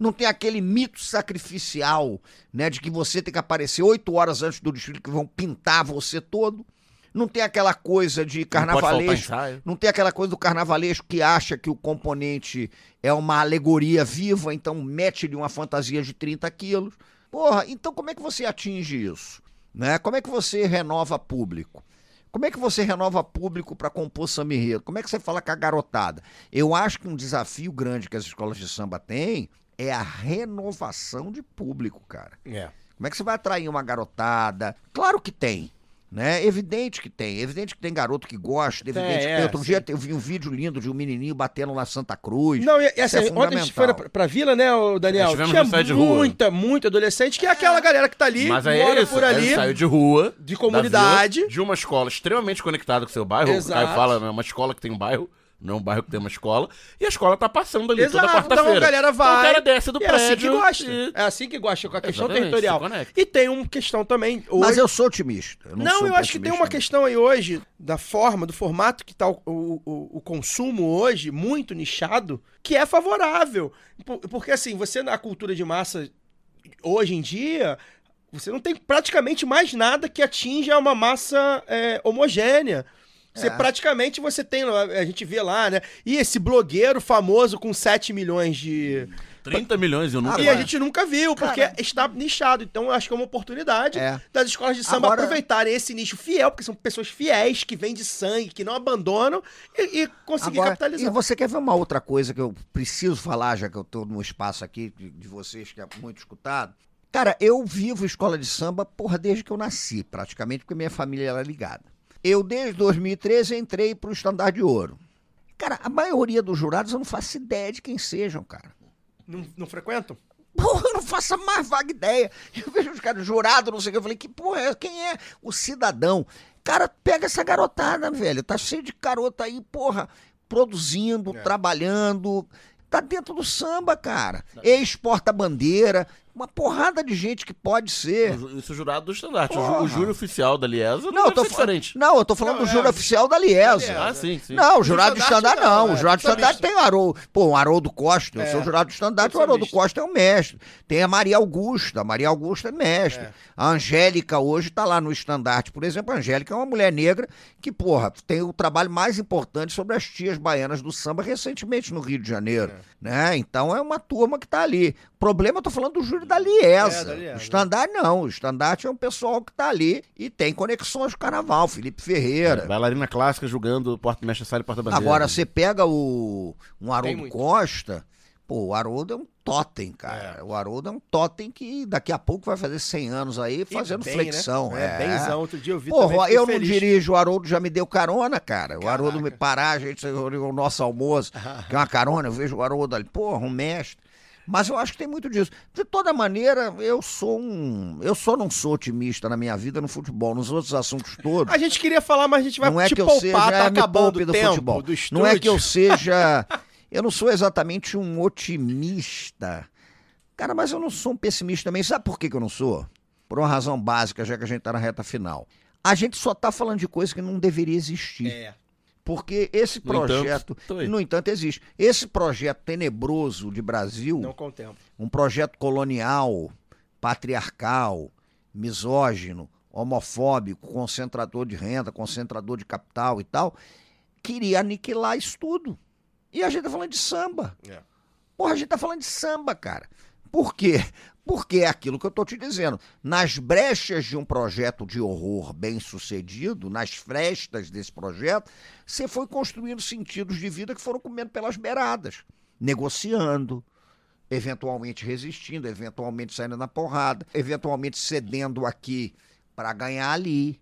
Não tem aquele mito sacrificial, né, de que você tem que aparecer oito horas antes do desfile que vão pintar você todo. Não tem aquela coisa de carnavalesco. Não, não tem aquela coisa do carnavalesco que acha que o componente é uma alegoria viva, então mete-lhe uma fantasia de trinta quilos. Porra, então como é que você atinge isso? Né? Como é que você renova público? Como é que você renova público para compor samba enredo? Como é que você fala com a garotada? Eu acho que um desafio grande que as escolas de samba têm é a renovação de público, cara. É. Como é que você vai atrair uma garotada? Claro que tem. Né? Evidente que tem, evidente que tem garoto que gosta, evidente é, que tem. É, Outro sim. dia eu vi um vídeo lindo de um menininho batendo na Santa Cruz. Não, e, e assim, é ontem a gente foi pra, pra vila, né, o Daniel? Tinha Tinha muita, muita adolescente, que é aquela galera que tá ali, Mas aí mora é isso, por ali, ele saiu de rua, de comunidade. da vila, de uma escola extremamente conectada com o seu bairro. Exato. O Caio fala, é uma escola que tem um bairro, não é um bairro que tem uma escola, e a escola tá passando ali Exato, toda quarta-feira. então a galera vai. Então o cara desce do é prédio. assim que gosta. e- É assim que gosta, com a questão Exatamente, territorial. se conecta. E tem uma questão também. Hoje... Mas eu sou otimista. Eu não, Não, sou eu acho que tem uma pessimista, questão aí hoje, da forma, do formato que tá o, o, o consumo hoje, muito nichado, que é favorável. Por- Porque assim, você na cultura de massa, hoje em dia, você não tem praticamente mais nada que atinja uma massa é, homogênea. Você É. praticamente você tem, a gente vê lá, né? E esse blogueiro famoso com sete milhões de... trinta milhões, eu nunca E vi. a gente nunca viu, porque Cara. está nichado. Então, eu acho que é uma oportunidade É. das escolas de samba Agora- aproveitarem esse nicho fiel, porque são pessoas fiéis, que vêm de sangue, que não abandonam, e, e conseguir Agora, capitalizar. e você quer ver uma outra coisa que eu preciso falar, já que eu tô no espaço aqui de, de vocês, que é muito escutado? Cara, eu vivo escola de samba, porra, desde que eu nasci, praticamente, porque minha família era ligada. Eu, desde dois mil e treze, entrei pro Estandarte de Ouro. Cara, a maioria dos jurados eu não faço ideia de quem sejam, cara. Não, não frequentam? Porra, eu não faço a mais vaga ideia. Eu vejo os caras jurados, não sei o que. Eu falei, que porra é? Quem é o cidadão? Cara, pega essa garotada, velho. Tá cheio de garota aí, porra, produzindo, É. trabalhando. Tá dentro do samba, cara. Ex-porta-bandeira. Uma porrada de gente que pode ser. Isso é jurado do estandarte. O, ju- Porra. o júri oficial da Liesa não, Não, eu deve tô ser fa- diferente. Não, eu tô falando Não, do é, júri o- oficial da Liesa. Ah, sim, sim. Não, o jurado do estandarte estandarte não. não, O é, jurado do estandarte também. tem o Haroldo. Pô, o Haroldo Costa. Eu É. sou o jurado do estandarte, Eu o Haroldo sou Costa é o mestre. Tem a Maria Augusta. A Maria Augusta é mestre. É. A Angélica hoje tá lá no estandarte. Por exemplo, a Angélica é uma mulher negra que, porra, tem o trabalho mais importante sobre as tias baianas do samba recentemente no Rio de Janeiro. Né? Então é uma turma que tá ali. O problema, eu tô falando do júri da Liesa. É, da Liesa. O estandarte não. O estandarte é um pessoal que tá ali e tem conexões com o carnaval. Felipe Ferreira. Bailarina clássica julgando porta, mestre sala e porta-bandeira. Agora, você pega o um Haroldo muito. Costa, pô, o Haroldo é um totem, cara. É. O Haroldo é um totem que daqui a pouco vai fazer cem anos aí fazendo E bem, flexão. Né? É, benzão. Outro dia eu vi Porra, também, fiquei eu não feliz. dirijo, o Haroldo já me deu carona, cara. O Haroldo me Caraca. parar, a gente, o nosso almoço, que é uma carona, eu vejo o Haroldo ali, porra, um mestre. Mas eu acho que tem muito disso. De toda maneira, eu sou um. Eu só não sou otimista na minha vida no futebol. Nos outros assuntos todos. A gente queria falar, mas a gente vai Não é te que eu poupar, seja tá é, me acabando poupe o do tempo futebol. do Não é que eu estúdio. seja. Eu não sou exatamente um otimista. Cara, mas eu não sou um pessimista também. Sabe por que, que eu não sou? Por uma razão básica, já que a gente tá na reta final. A gente só tá falando de coisa que não deveria existir. É. Porque esse No entanto, projeto, tô aí. no entanto, existe. Esse projeto tenebroso de Brasil, Não contempla. um projeto colonial, patriarcal, misógino, homofóbico, concentrador de renda, concentrador de capital e tal, queria aniquilar isso tudo. E a gente tá falando de samba. É. Porra, a gente tá falando de samba, cara. Por quê? Porque é aquilo que eu tô te dizendo. Nas brechas de um projeto de horror bem sucedido, nas frestas desse projeto, você foi construindo sentidos de vida que foram comendo pelas beiradas, negociando, eventualmente resistindo, eventualmente saindo na porrada, eventualmente cedendo aqui para ganhar ali,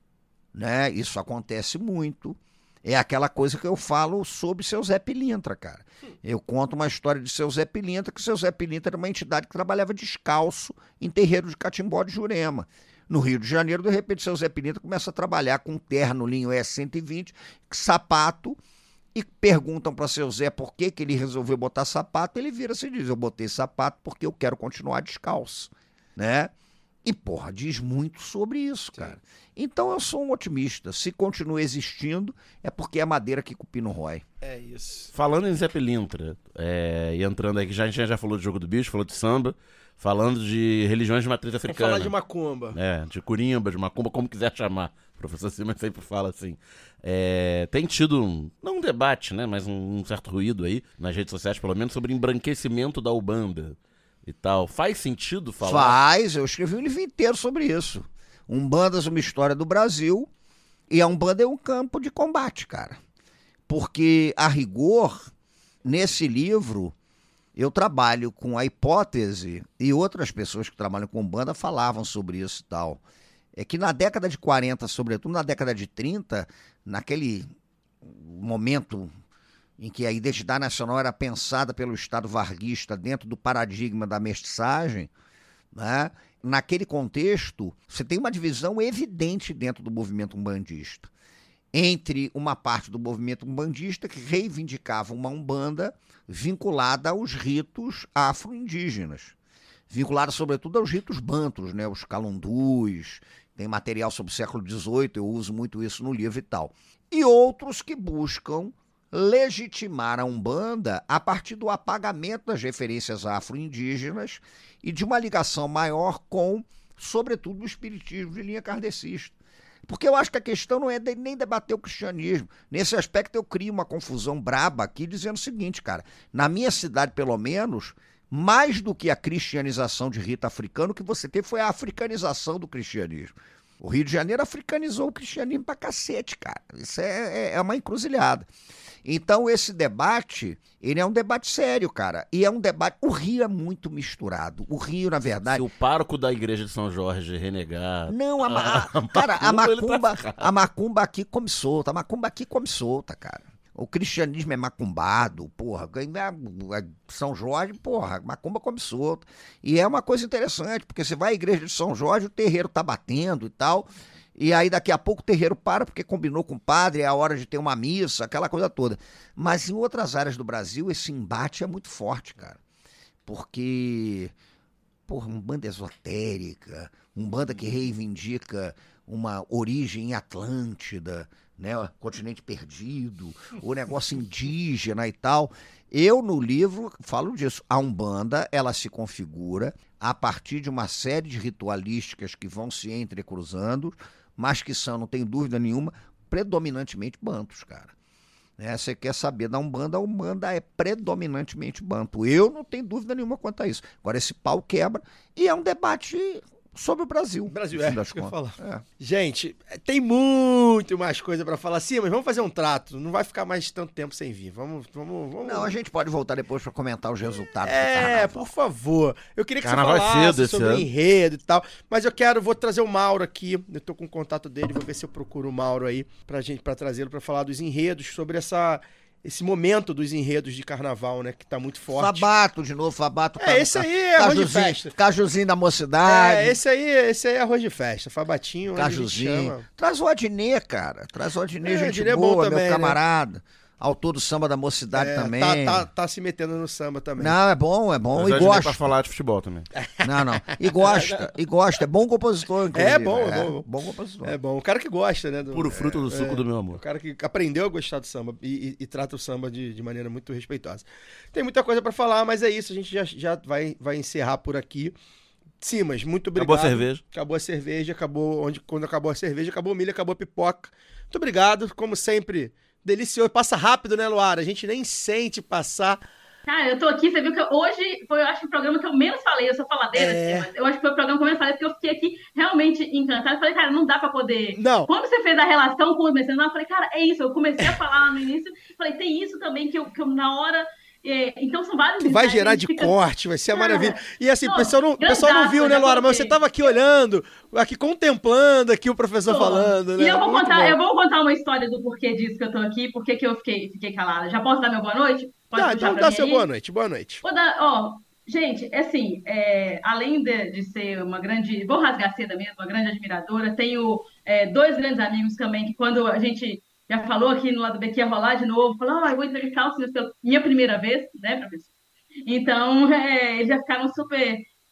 né? Isso acontece muito. É aquela coisa que eu falo sobre seu Zé Pilintra, cara. Eu conto uma história de seu Zé Pilintra, que seu Zé Pilintra era uma entidade que trabalhava descalço em terreiro de Catimbó de Jurema. No Rio de Janeiro, de repente, seu Zé Pilintra começa a trabalhar com terno linho E cento e vinte, sapato, e perguntam para seu Zé por que, que ele resolveu botar sapato, ele vira-se e diz, eu botei sapato porque eu quero continuar descalço, né? E, porra, diz muito sobre isso, cara. Então eu sou um otimista. Se continua existindo, é porque é madeira que cupim não rói. É isso. Falando em Zé Pilintra, é, e entrando aqui, já, a gente já falou de Jogo do Bicho, falou de samba, falando de religiões de matriz Vamos africana. falar de macumba. É, de curimba, de macumba, como quiser chamar. O professor Simas sempre fala assim. É, tem tido, um, não um debate, né, mas um, um certo ruído aí, nas redes sociais pelo menos, sobre embranquecimento da Umbanda e tal. Faz sentido falar? Faz, eu escrevi um livro inteiro sobre isso. Umbandas, uma história do Brasil, e a Umbanda é um campo de combate, cara. Porque, a rigor, nesse livro, eu trabalho com a hipótese, e outras pessoas que trabalham com Umbanda falavam sobre isso e tal, é que na década de quarenta, sobretudo na década de trinta, naquele momento em que a identidade nacional era pensada pelo Estado varguista dentro do paradigma da mestiçagem, né? Naquele contexto, você tem uma divisão evidente dentro do movimento umbandista, entre uma parte do movimento umbandista que reivindicava uma umbanda vinculada aos ritos afro-indígenas, vinculada sobretudo aos ritos bantus, né? Os calundus, tem material sobre o século dezoito, eu uso muito isso no livro e tal. E outros que buscam legitimar a Umbanda a partir do apagamento das referências afro-indígenas e de uma ligação maior com, sobretudo, o espiritismo de linha kardecista. Porque eu acho que a questão não é de, nem debater o cristianismo. Nesse aspecto eu crio uma confusão braba aqui, dizendo o seguinte, cara, na minha cidade, pelo menos, mais do que a cristianização de rito africano, o que você teve foi a africanização do cristianismo. O Rio de Janeiro africanizou o cristianismo pra cacete, cara. Isso é, é uma encruzilhada. Então esse debate, ele é um debate sério, cara. E é um debate... O Rio é muito misturado. O Rio, na verdade... Se o pároco da igreja de São Jorge renegar... Não, a, a, a cara, a macumba, a macumba aqui come solta. A macumba aqui come solta, cara. O cristianismo é macumbado, porra. São Jorge, porra, macumba come solta. E é uma coisa interessante, porque você vai à igreja de São Jorge, o terreiro tá batendo e tal... E aí daqui a pouco o terreiro para porque combinou com o padre, é a hora de ter uma missa, aquela coisa toda. Mas em outras áreas do Brasil esse embate é muito forte, cara. Porque, porra, Umbanda esotérica, Umbanda que reivindica uma origem atlântida, né, continente perdido, o negócio indígena e tal. Eu, no livro, falo disso. A Umbanda, ela se configura a partir de uma série de ritualísticas que vão se entrecruzando, mas que são, não tenho dúvida nenhuma, predominantemente bantus, cara. Né? Você quer saber da Umbanda, a Umbanda é predominantemente banto. Eu não tenho dúvida nenhuma quanto a isso. Agora, esse pau quebra e é um debate sobre o Brasil. Brasil, é, das que eu falar. É. Gente, tem muito mais coisa pra falar. Sim, mas vamos fazer um trato. Não vai ficar mais tanto tempo sem vir. Vamos, vamos, vamos. Não, a gente pode voltar depois pra comentar os resultados é, do carnaval. É, por favor. Eu queria que Carnaval você falasse cedo sobre o enredo e tal. Mas eu quero, vou trazer o Mauro aqui. Eu tô com o contato dele, vou ver se eu procuro o Mauro aí pra gente, pra trazê-lo pra falar dos enredos, sobre essa... esse momento dos enredos de carnaval, né, que tá muito forte. Fabato, de novo, Fabato. É, esse aí é arroz de festa. Cajuzinho da mocidade. É, esse aí, esse aí é arroz de festa. Fabatinho, Cajuzinho. Traz o Adnê, cara. Traz o Adnê, é, gente Adnê boa, é também, meu camarada. Né? Autor do samba da mocidade é, também. Tá, tá, tá se metendo no samba também. Não, é bom, é bom. Mas e gosta. gosta. Pra falar de futebol também. Não, não. E gosta, e gosta. É bom compositor, inclusive. É bom, é, é bom. Bom compositor. É bom. O cara que gosta, né? Do, Puro fruto do é, suco é, do meu amor. O cara que aprendeu a gostar do samba e, e, e trata o samba de, de maneira muito respeitosa. Tem muita coisa pra falar, mas é isso. A gente já, já vai, vai encerrar por aqui. Simas, muito obrigado. Acabou a cerveja. Acabou a cerveja, acabou... Onde, quando acabou a cerveja, acabou o milho, acabou a pipoca. Muito obrigado. Como sempre... Delicioso. Passa rápido, né, Luara? A gente nem sente passar. Cara, eu tô aqui, você viu que hoje foi, eu acho, o programa que eu menos falei, eu sou faladeira, é... assim, mas eu acho que foi o programa que eu menos falei, porque eu fiquei aqui realmente encantada. Eu falei, cara, não dá pra poder... Não. Quando você fez a relação com o mercenário, eu falei, cara, é isso. Eu comecei a falar lá no início, falei, tem isso também que eu, que eu na hora... É, então são vários... Vai gerar de fica... corte, vai ser a maravilha. E assim, o pessoal não, o pessoal não viu, né, Laura? Mas você tava aqui olhando, aqui contemplando aqui o professor tô. falando, né? E eu vou, contar, eu vou contar uma história do porquê disso que eu tô aqui, porquê que eu fiquei, fiquei calada. Já posso dar meu boa noite? Pode dá, então dá seu aí? boa noite, boa noite. Vou dar, ó, gente, assim, é, além de, de ser uma grande... Vou rasgar seda mesmo, uma grande admiradora. Tenho é, dois grandes amigos também, que quando a gente... Já falou aqui no lado B que ia rolar de novo. Falou, ah, eu vou entrevistar o senhor pela minha primeira vez, né, professor? Então, é, eles já ficaram super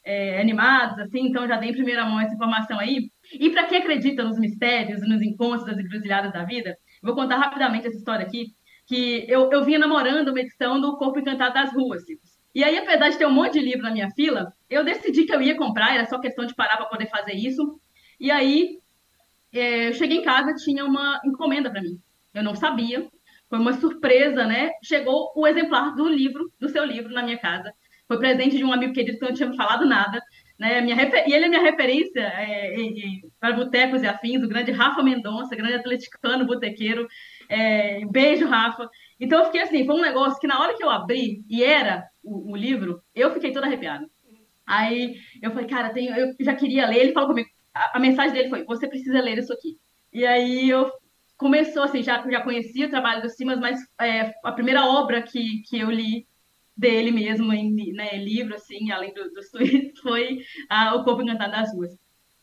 é, animados, assim, então já dei em primeira mão essa informação aí. E para quem acredita nos mistérios, nos encontros das encruzilhadas da vida, eu vou contar rapidamente essa história aqui, que eu, eu vinha namorando uma edição do Corpo Encantado das Ruas, Cicos. E aí, apesar de ter um monte de livro na minha fila, eu decidi que eu ia comprar, era só questão de parar para poder fazer isso. E aí, é, eu cheguei em casa, tinha uma encomenda para mim. Eu não sabia, foi uma surpresa, né? Chegou o exemplar do livro, do seu livro, na minha casa. Foi presente de um amigo querido que não tinha me falado nada. Né? Minha refer... E ele é minha referência é, é, é, para botecos e afins, o grande Rafa Mendonça, grande atleticano, botequeiro. É, beijo, Rafa. Então eu fiquei assim, foi um negócio que na hora que eu abri, e era o, o livro, eu fiquei toda arrepiada. Aí eu falei, cara, tenho... eu já queria ler. Ele falou comigo, a, a mensagem dele foi, você precisa ler isso aqui. E aí eu começou assim, já, já conhecia o trabalho do Simas, mas é, a primeira obra que, que eu li dele mesmo, em né, livro, assim, além do, dos tweets, foi ah, O Corpo Encantado das Ruas.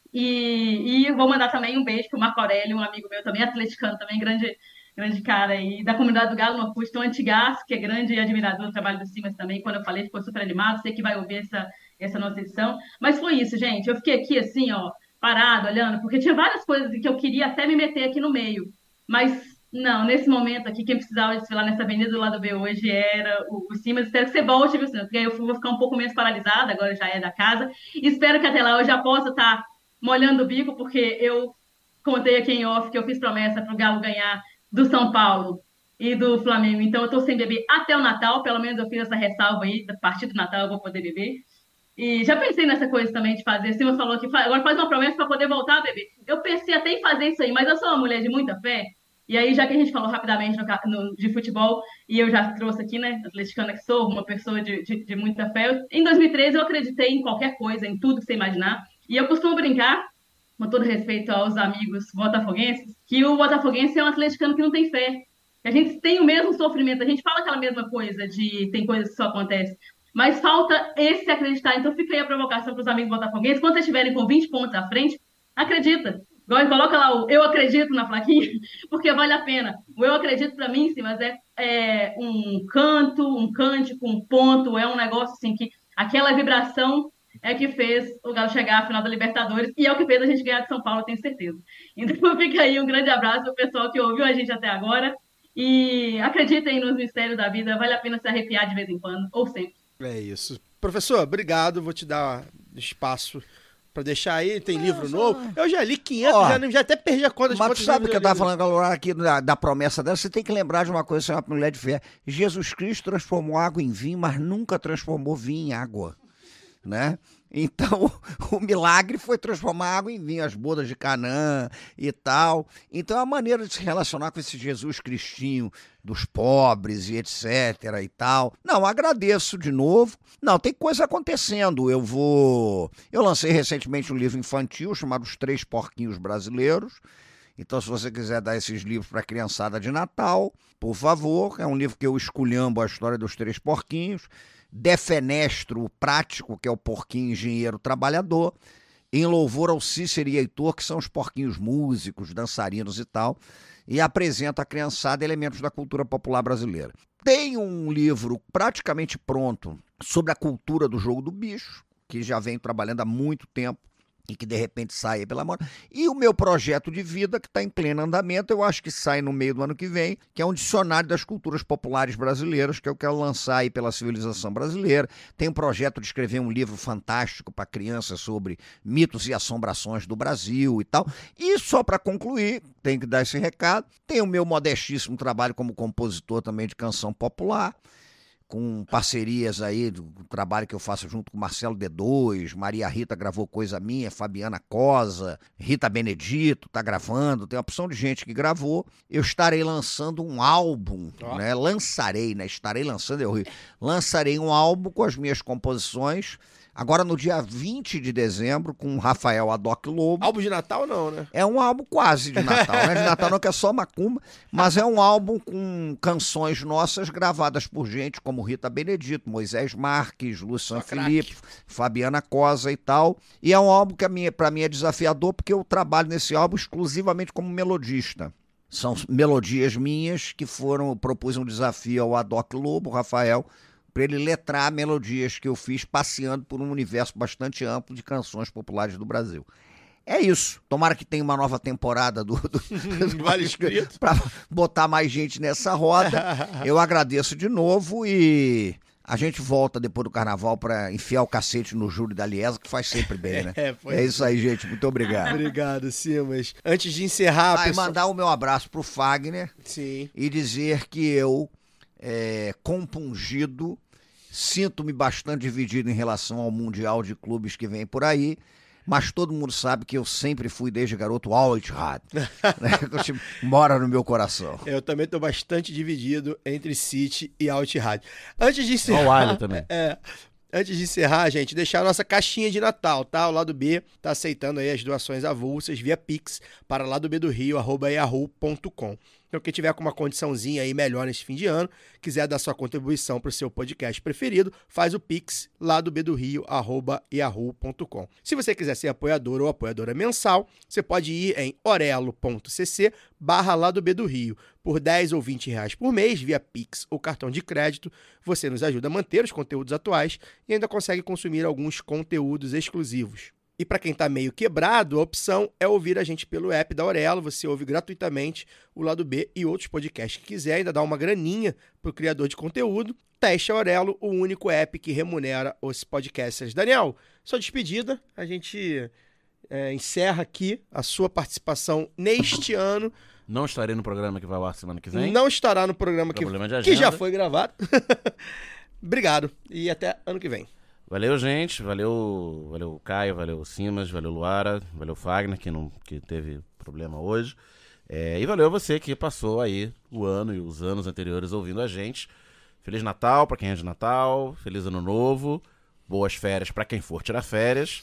E, e vou mandar também um beijo pro Marco Aurélio, um amigo meu também, atleticano, também grande, grande cara aí, da comunidade do Galo, uma custa, um antigaço, que é grande admirador do trabalho do Simas também, quando eu falei, ficou super animado, sei que vai ouvir essa, essa nossa edição. Mas foi isso, gente, eu fiquei aqui assim, ó, parado, olhando, porque tinha várias coisas que eu queria até me meter aqui no meio, mas não, nesse momento aqui, quem precisava desfilar nessa avenida do lado B hoje era o, o Simas. Espero que você volte, viu, Simas? Porque aí eu vou ficar um pouco menos paralisada, agora já é da casa. E espero que até lá eu já possa estar molhando o bico, porque eu contei aqui em off que eu fiz promessa para o Galo ganhar do São Paulo e do Flamengo. Então eu estou sem beber até o Natal, pelo menos eu fiz essa ressalva aí, a partir do Natal eu vou poder beber. E já pensei nessa coisa também de fazer. O Simas falou que agora faz uma promessa para poder voltar a beber. Eu pensei até em fazer isso aí, mas eu sou uma mulher de muita fé. E aí, já que a gente falou rapidamente no, no, de futebol, e eu já trouxe aqui, né, atleticana que sou, uma pessoa de, de, de muita fé, eu, em dois mil e treze eu acreditei em qualquer coisa, em tudo que você imaginar, e eu costumo brincar, com todo respeito aos amigos botafoguenses, que o botafoguense é um atleticano que não tem fé, a gente tem o mesmo sofrimento, a gente fala aquela mesma coisa de tem coisas que só acontecem, mas falta esse acreditar. Então fica aí a provocação para os amigos botafoguenses, quando vocês estiverem com vinte pontos à frente, acredita. Coloca lá o eu acredito na plaquinha, porque vale a pena. O eu acredito para mim, sim, mas é, é um canto, um cântico, um ponto, é um negócio assim que aquela vibração é que fez o Galo chegar à final da Libertadores e é o que fez a gente ganhar de São Paulo, eu tenho certeza. Então fica aí um grande abraço para o pessoal que ouviu a gente até agora e acreditem nos mistérios da vida, vale a pena se arrepiar de vez em quando, ou sempre. É isso. Professor, obrigado, vou te dar espaço pra deixar aí, tem livro novo. Eu já li quinhentos, Ó, já, já até perdi a conta de Mas quantos tu sabe livros que eu tava li. falando agora aqui da, da promessa dela, você tem que lembrar de uma coisa, você é uma mulher de fé. Jesus Cristo transformou água em vinho, mas nunca transformou vinho em água, né? Então, o milagre foi transformar água em vinho, as bodas de Canaã e tal. Então, é a maneira de se relacionar com esse Jesus Cristinho dos pobres e etc e tal. Não, agradeço de novo. Não, tem coisa acontecendo. Eu vou... Eu lancei recentemente um livro infantil chamado Os Três Porquinhos Brasileiros. Então, se você quiser dar esses livros para a criançada de Natal, por favor, é um livro que eu esculhambo a história dos três porquinhos. Defenestro o prático, que é o porquinho engenheiro trabalhador, em louvor ao Cícero e Heitor, que são os porquinhos músicos, dançarinos e tal, e apresenta à criançada elementos da cultura popular brasileira. Tem um livro praticamente pronto sobre a cultura do jogo do bicho, que já venho trabalhando há muito tempo, e que de repente sai pela mão. E o meu projeto de vida, que está em pleno andamento, eu acho que sai no meio do ano que vem, que é um dicionário das culturas populares brasileiras, que eu quero lançar aí pela civilização brasileira. Tem um projeto de escrever um livro fantástico para crianças sobre mitos e assombrações do Brasil e tal. E só para concluir, tenho que dar esse recado, tem o meu modestíssimo trabalho como compositor também de canção popular, com parcerias aí do trabalho que eu faço junto com Marcelo D dois, Maria Rita gravou coisa minha, Fabiana Cosa, Rita Benedito tá gravando, tem uma opção de gente que gravou. Eu estarei lançando um álbum, oh. né? Lançarei, né? Estarei lançando, eu lançarei um álbum com as minhas composições, agora no dia vinte de dezembro, com o Rafael Adoc Lobo. Álbum de Natal não, né? É um álbum quase de Natal, não é de Natal não, que é só macumba, mas é um álbum com canções nossas gravadas por gente como Rita Benedito, Moisés Marques, Lúcio Felipe, Fabiana Cosa e tal. E é um álbum que a minha, pra mim é desafiador, porque eu trabalho nesse álbum exclusivamente como melodista. São melodias minhas que foram, eu propus um desafio ao Adoc Lobo, Rafael, para ele letrar melodias que eu fiz passeando por um universo bastante amplo de canções populares do Brasil. É isso. Tomara que tenha uma nova temporada do, do Vale Escrito para botar mais gente nessa roda. Eu agradeço de novo e a gente volta depois do carnaval para enfiar o cacete no Júlio da Liesa, que faz sempre bem, né? É, foi é isso aí, gente. Muito obrigado. Obrigado, Simas. Antes de encerrar... Ah, e pessoal... mandar o meu abraço pro Fagner. Sim. E dizer que eu, é, compungido, sinto-me bastante dividido em relação ao Mundial de Clubes que vem por aí, mas todo mundo sabe que eu sempre fui, desde garoto, Al Ittihad, né? Mora no meu coração. Eu também estou bastante dividido entre City e Al Ittihad. Antes de encerrar... Olha o Ali também. É, antes de encerrar, gente, deixar a nossa caixinha de Natal, tá? O Lado B tá aceitando aí as doações avulsas via Pix para lado b do rio arroba yahoo ponto com. Então, quem tiver com uma condiçãozinha aí melhor nesse fim de ano, quiser dar sua contribuição para o seu podcast preferido, faz o Pix lado b do rio arroba yahoo ponto com. Se você quiser ser apoiador ou apoiadora mensal, você pode ir em orelo.cc barra lado B do Rio. Por dez ou vinte reais por mês, via Pix ou cartão de crédito, você nos ajuda a manter os conteúdos atuais e ainda consegue consumir alguns conteúdos exclusivos. E para quem está meio quebrado, a opção é ouvir a gente pelo app da Orelo. Você ouve gratuitamente o Lado B e outros podcasts que quiser, ainda dá uma graninha para o criador de conteúdo. Teste a Orelo, o único app que remunera os podcasters. Daniel, sua despedida, a gente é, encerra aqui a sua participação neste ano. Não estarei no programa que vai ao ar semana que vem. Não estará no programa que, Problema de que já agenda. foi gravado. Obrigado e até ano que vem. Valeu, gente. Valeu, valeu Caio, valeu Simas, valeu Luara, valeu Fagner, que, não, que teve problema hoje. É, e valeu você que passou aí o ano e os anos anteriores ouvindo a gente. Feliz Natal para quem é de Natal, feliz Ano Novo, boas férias para quem for tirar férias.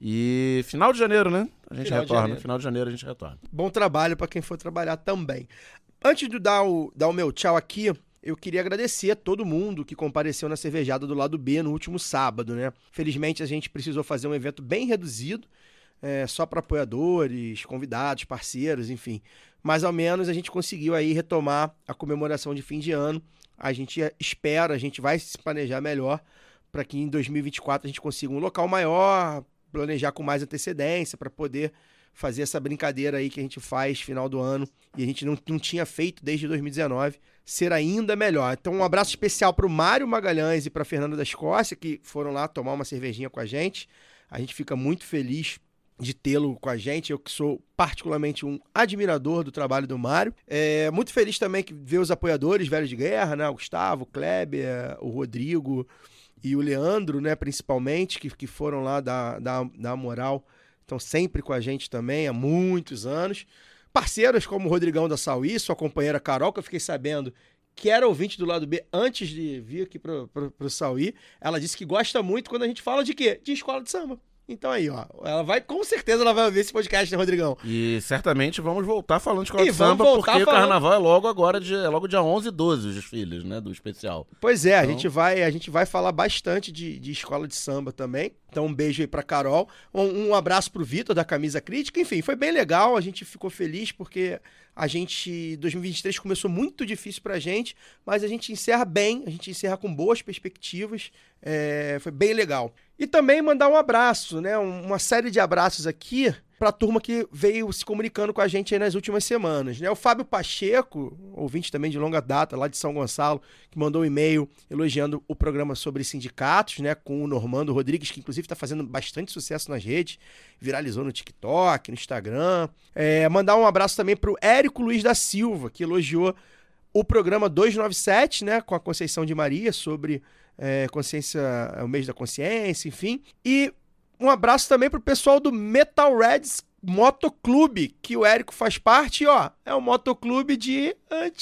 E final de janeiro, né? A gente Final de retorna. janeiro. Final de janeiro a gente retorna. Bom trabalho para quem for trabalhar também. Antes de dar o, dar o meu tchau aqui, eu queria agradecer a todo mundo que compareceu na cervejada do Lado B no último sábado, né? Felizmente a gente precisou fazer um evento bem reduzido, é, só para apoiadores, convidados, parceiros, enfim. Mas ao menos a gente conseguiu aí retomar a comemoração de fim de ano. A gente espera, a gente vai se planejar melhor para que em dois mil e vinte e quatro a gente consiga um local maior, planejar com mais antecedência para poder fazer essa brincadeira aí que a gente faz final do ano e a gente não, não tinha feito desde dois mil e dezenove, ser ainda melhor. Então um abraço especial para o Mário Magalhães e para a Fernanda da Escócia, que foram lá tomar uma cervejinha com a gente. A gente fica muito feliz de tê-lo com a gente, eu que sou particularmente um admirador do trabalho do Mário. É muito feliz também que ver os apoiadores velhos de guerra, né? O Gustavo, o Kleber, o Rodrigo e o Leandro, né? Principalmente, que, que foram lá dar, dar, dar moral. Estão sempre com a gente também há muitos anos. Parceiros como o Rodrigão da Sauí, sua companheira Carol, que eu fiquei sabendo que era ouvinte do Lado B antes de vir aqui pro, pro, pro Sauí. Ela disse que gosta muito quando a gente fala de quê? De escola de samba. Então aí, ó, ela vai, com certeza ela vai ouvir esse podcast, né, Rodrigão? E certamente vamos voltar falando de escola E de vamos samba, voltar porque falando- o carnaval é logo agora, de, é logo dia onze e doze, os desfiles, né, do especial. Pois é, a, Então- gente vai, a gente vai falar bastante de, de escola de samba também. Então um beijo aí pra Carol, um, um abraço pro Vitor da Camisa Crítica. Enfim, foi bem legal, a gente ficou feliz porque a gente, dois mil e vinte e três começou muito difícil pra gente, mas a gente encerra bem, a gente encerra com boas perspectivas, é, foi bem legal. E também mandar um abraço, né, uma série de abraços aqui pra turma que veio se comunicando com a gente aí nas últimas semanas, né? O Fábio Pacheco, ouvinte também de longa data, lá de São Gonçalo, que mandou um e-mail elogiando o programa sobre sindicatos, né? Com o Normando Rodrigues, que inclusive está fazendo bastante sucesso nas redes, viralizou no TikTok, no Instagram. É, mandar um abraço também pro Érico Luiz da Silva, que elogiou o programa duzentos e noventa e sete, né? Com a Conceição de Maria, sobre é, consciência, o mês da consciência, enfim. E um abraço também pro pessoal do Metal Reds Motoclube, que o Érico faz parte, ó, é um motoclube de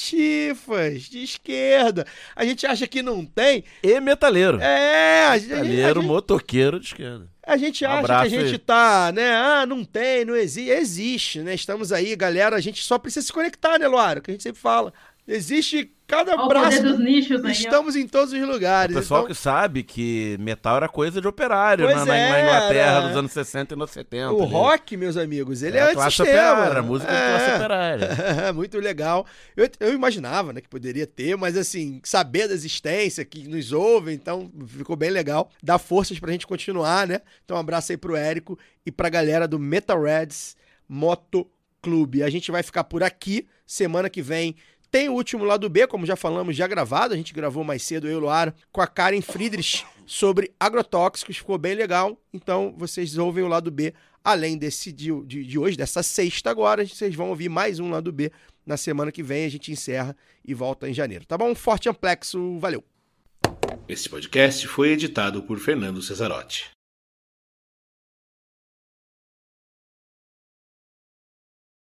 antifas, de esquerda. A gente acha que não tem. E metaleiro. É, a gente, a Metaleiro, gente, motoqueiro de esquerda. a gente Um acha abraço que a gente aí. tá, né, ah, não tem, não existe. Existe, né, estamos aí, galera, a gente só precisa se conectar, né, Luara, que a gente sempre fala. Existe cada Olha o braço. poder dos nichos aí, ó. Estamos em todos os lugares. O pessoal então, que sabe que metal era coisa de operário Pois na, na- é, na Inglaterra era. dos anos sessenta e nos setenta. o ali. rock, meus amigos, ele é, É a classe antissistema. operária, a música de classe operária. Muito legal. Eu, eu imaginava, né, que poderia ter, mas assim, saber da existência, que nos ouve, então ficou bem legal. Dá forças pra gente continuar, né? Então um abraço aí pro Érico e pra galera do Metal Reds Moto Clube. A gente vai ficar por aqui. Semana que vem tem o último lado B, como já falamos, já gravado. A gente gravou mais cedo, eu e o Luara, com a Karen Friedrich sobre agrotóxicos. Ficou bem legal. Então vocês ouvem o lado B, além desse de, de, de hoje, dessa sexta agora. Vocês vão ouvir mais um lado B na semana que vem. A gente encerra e volta em janeiro. Tá bom? Um forte amplexo. Valeu! Esse podcast foi editado por Fernando Cesarotti.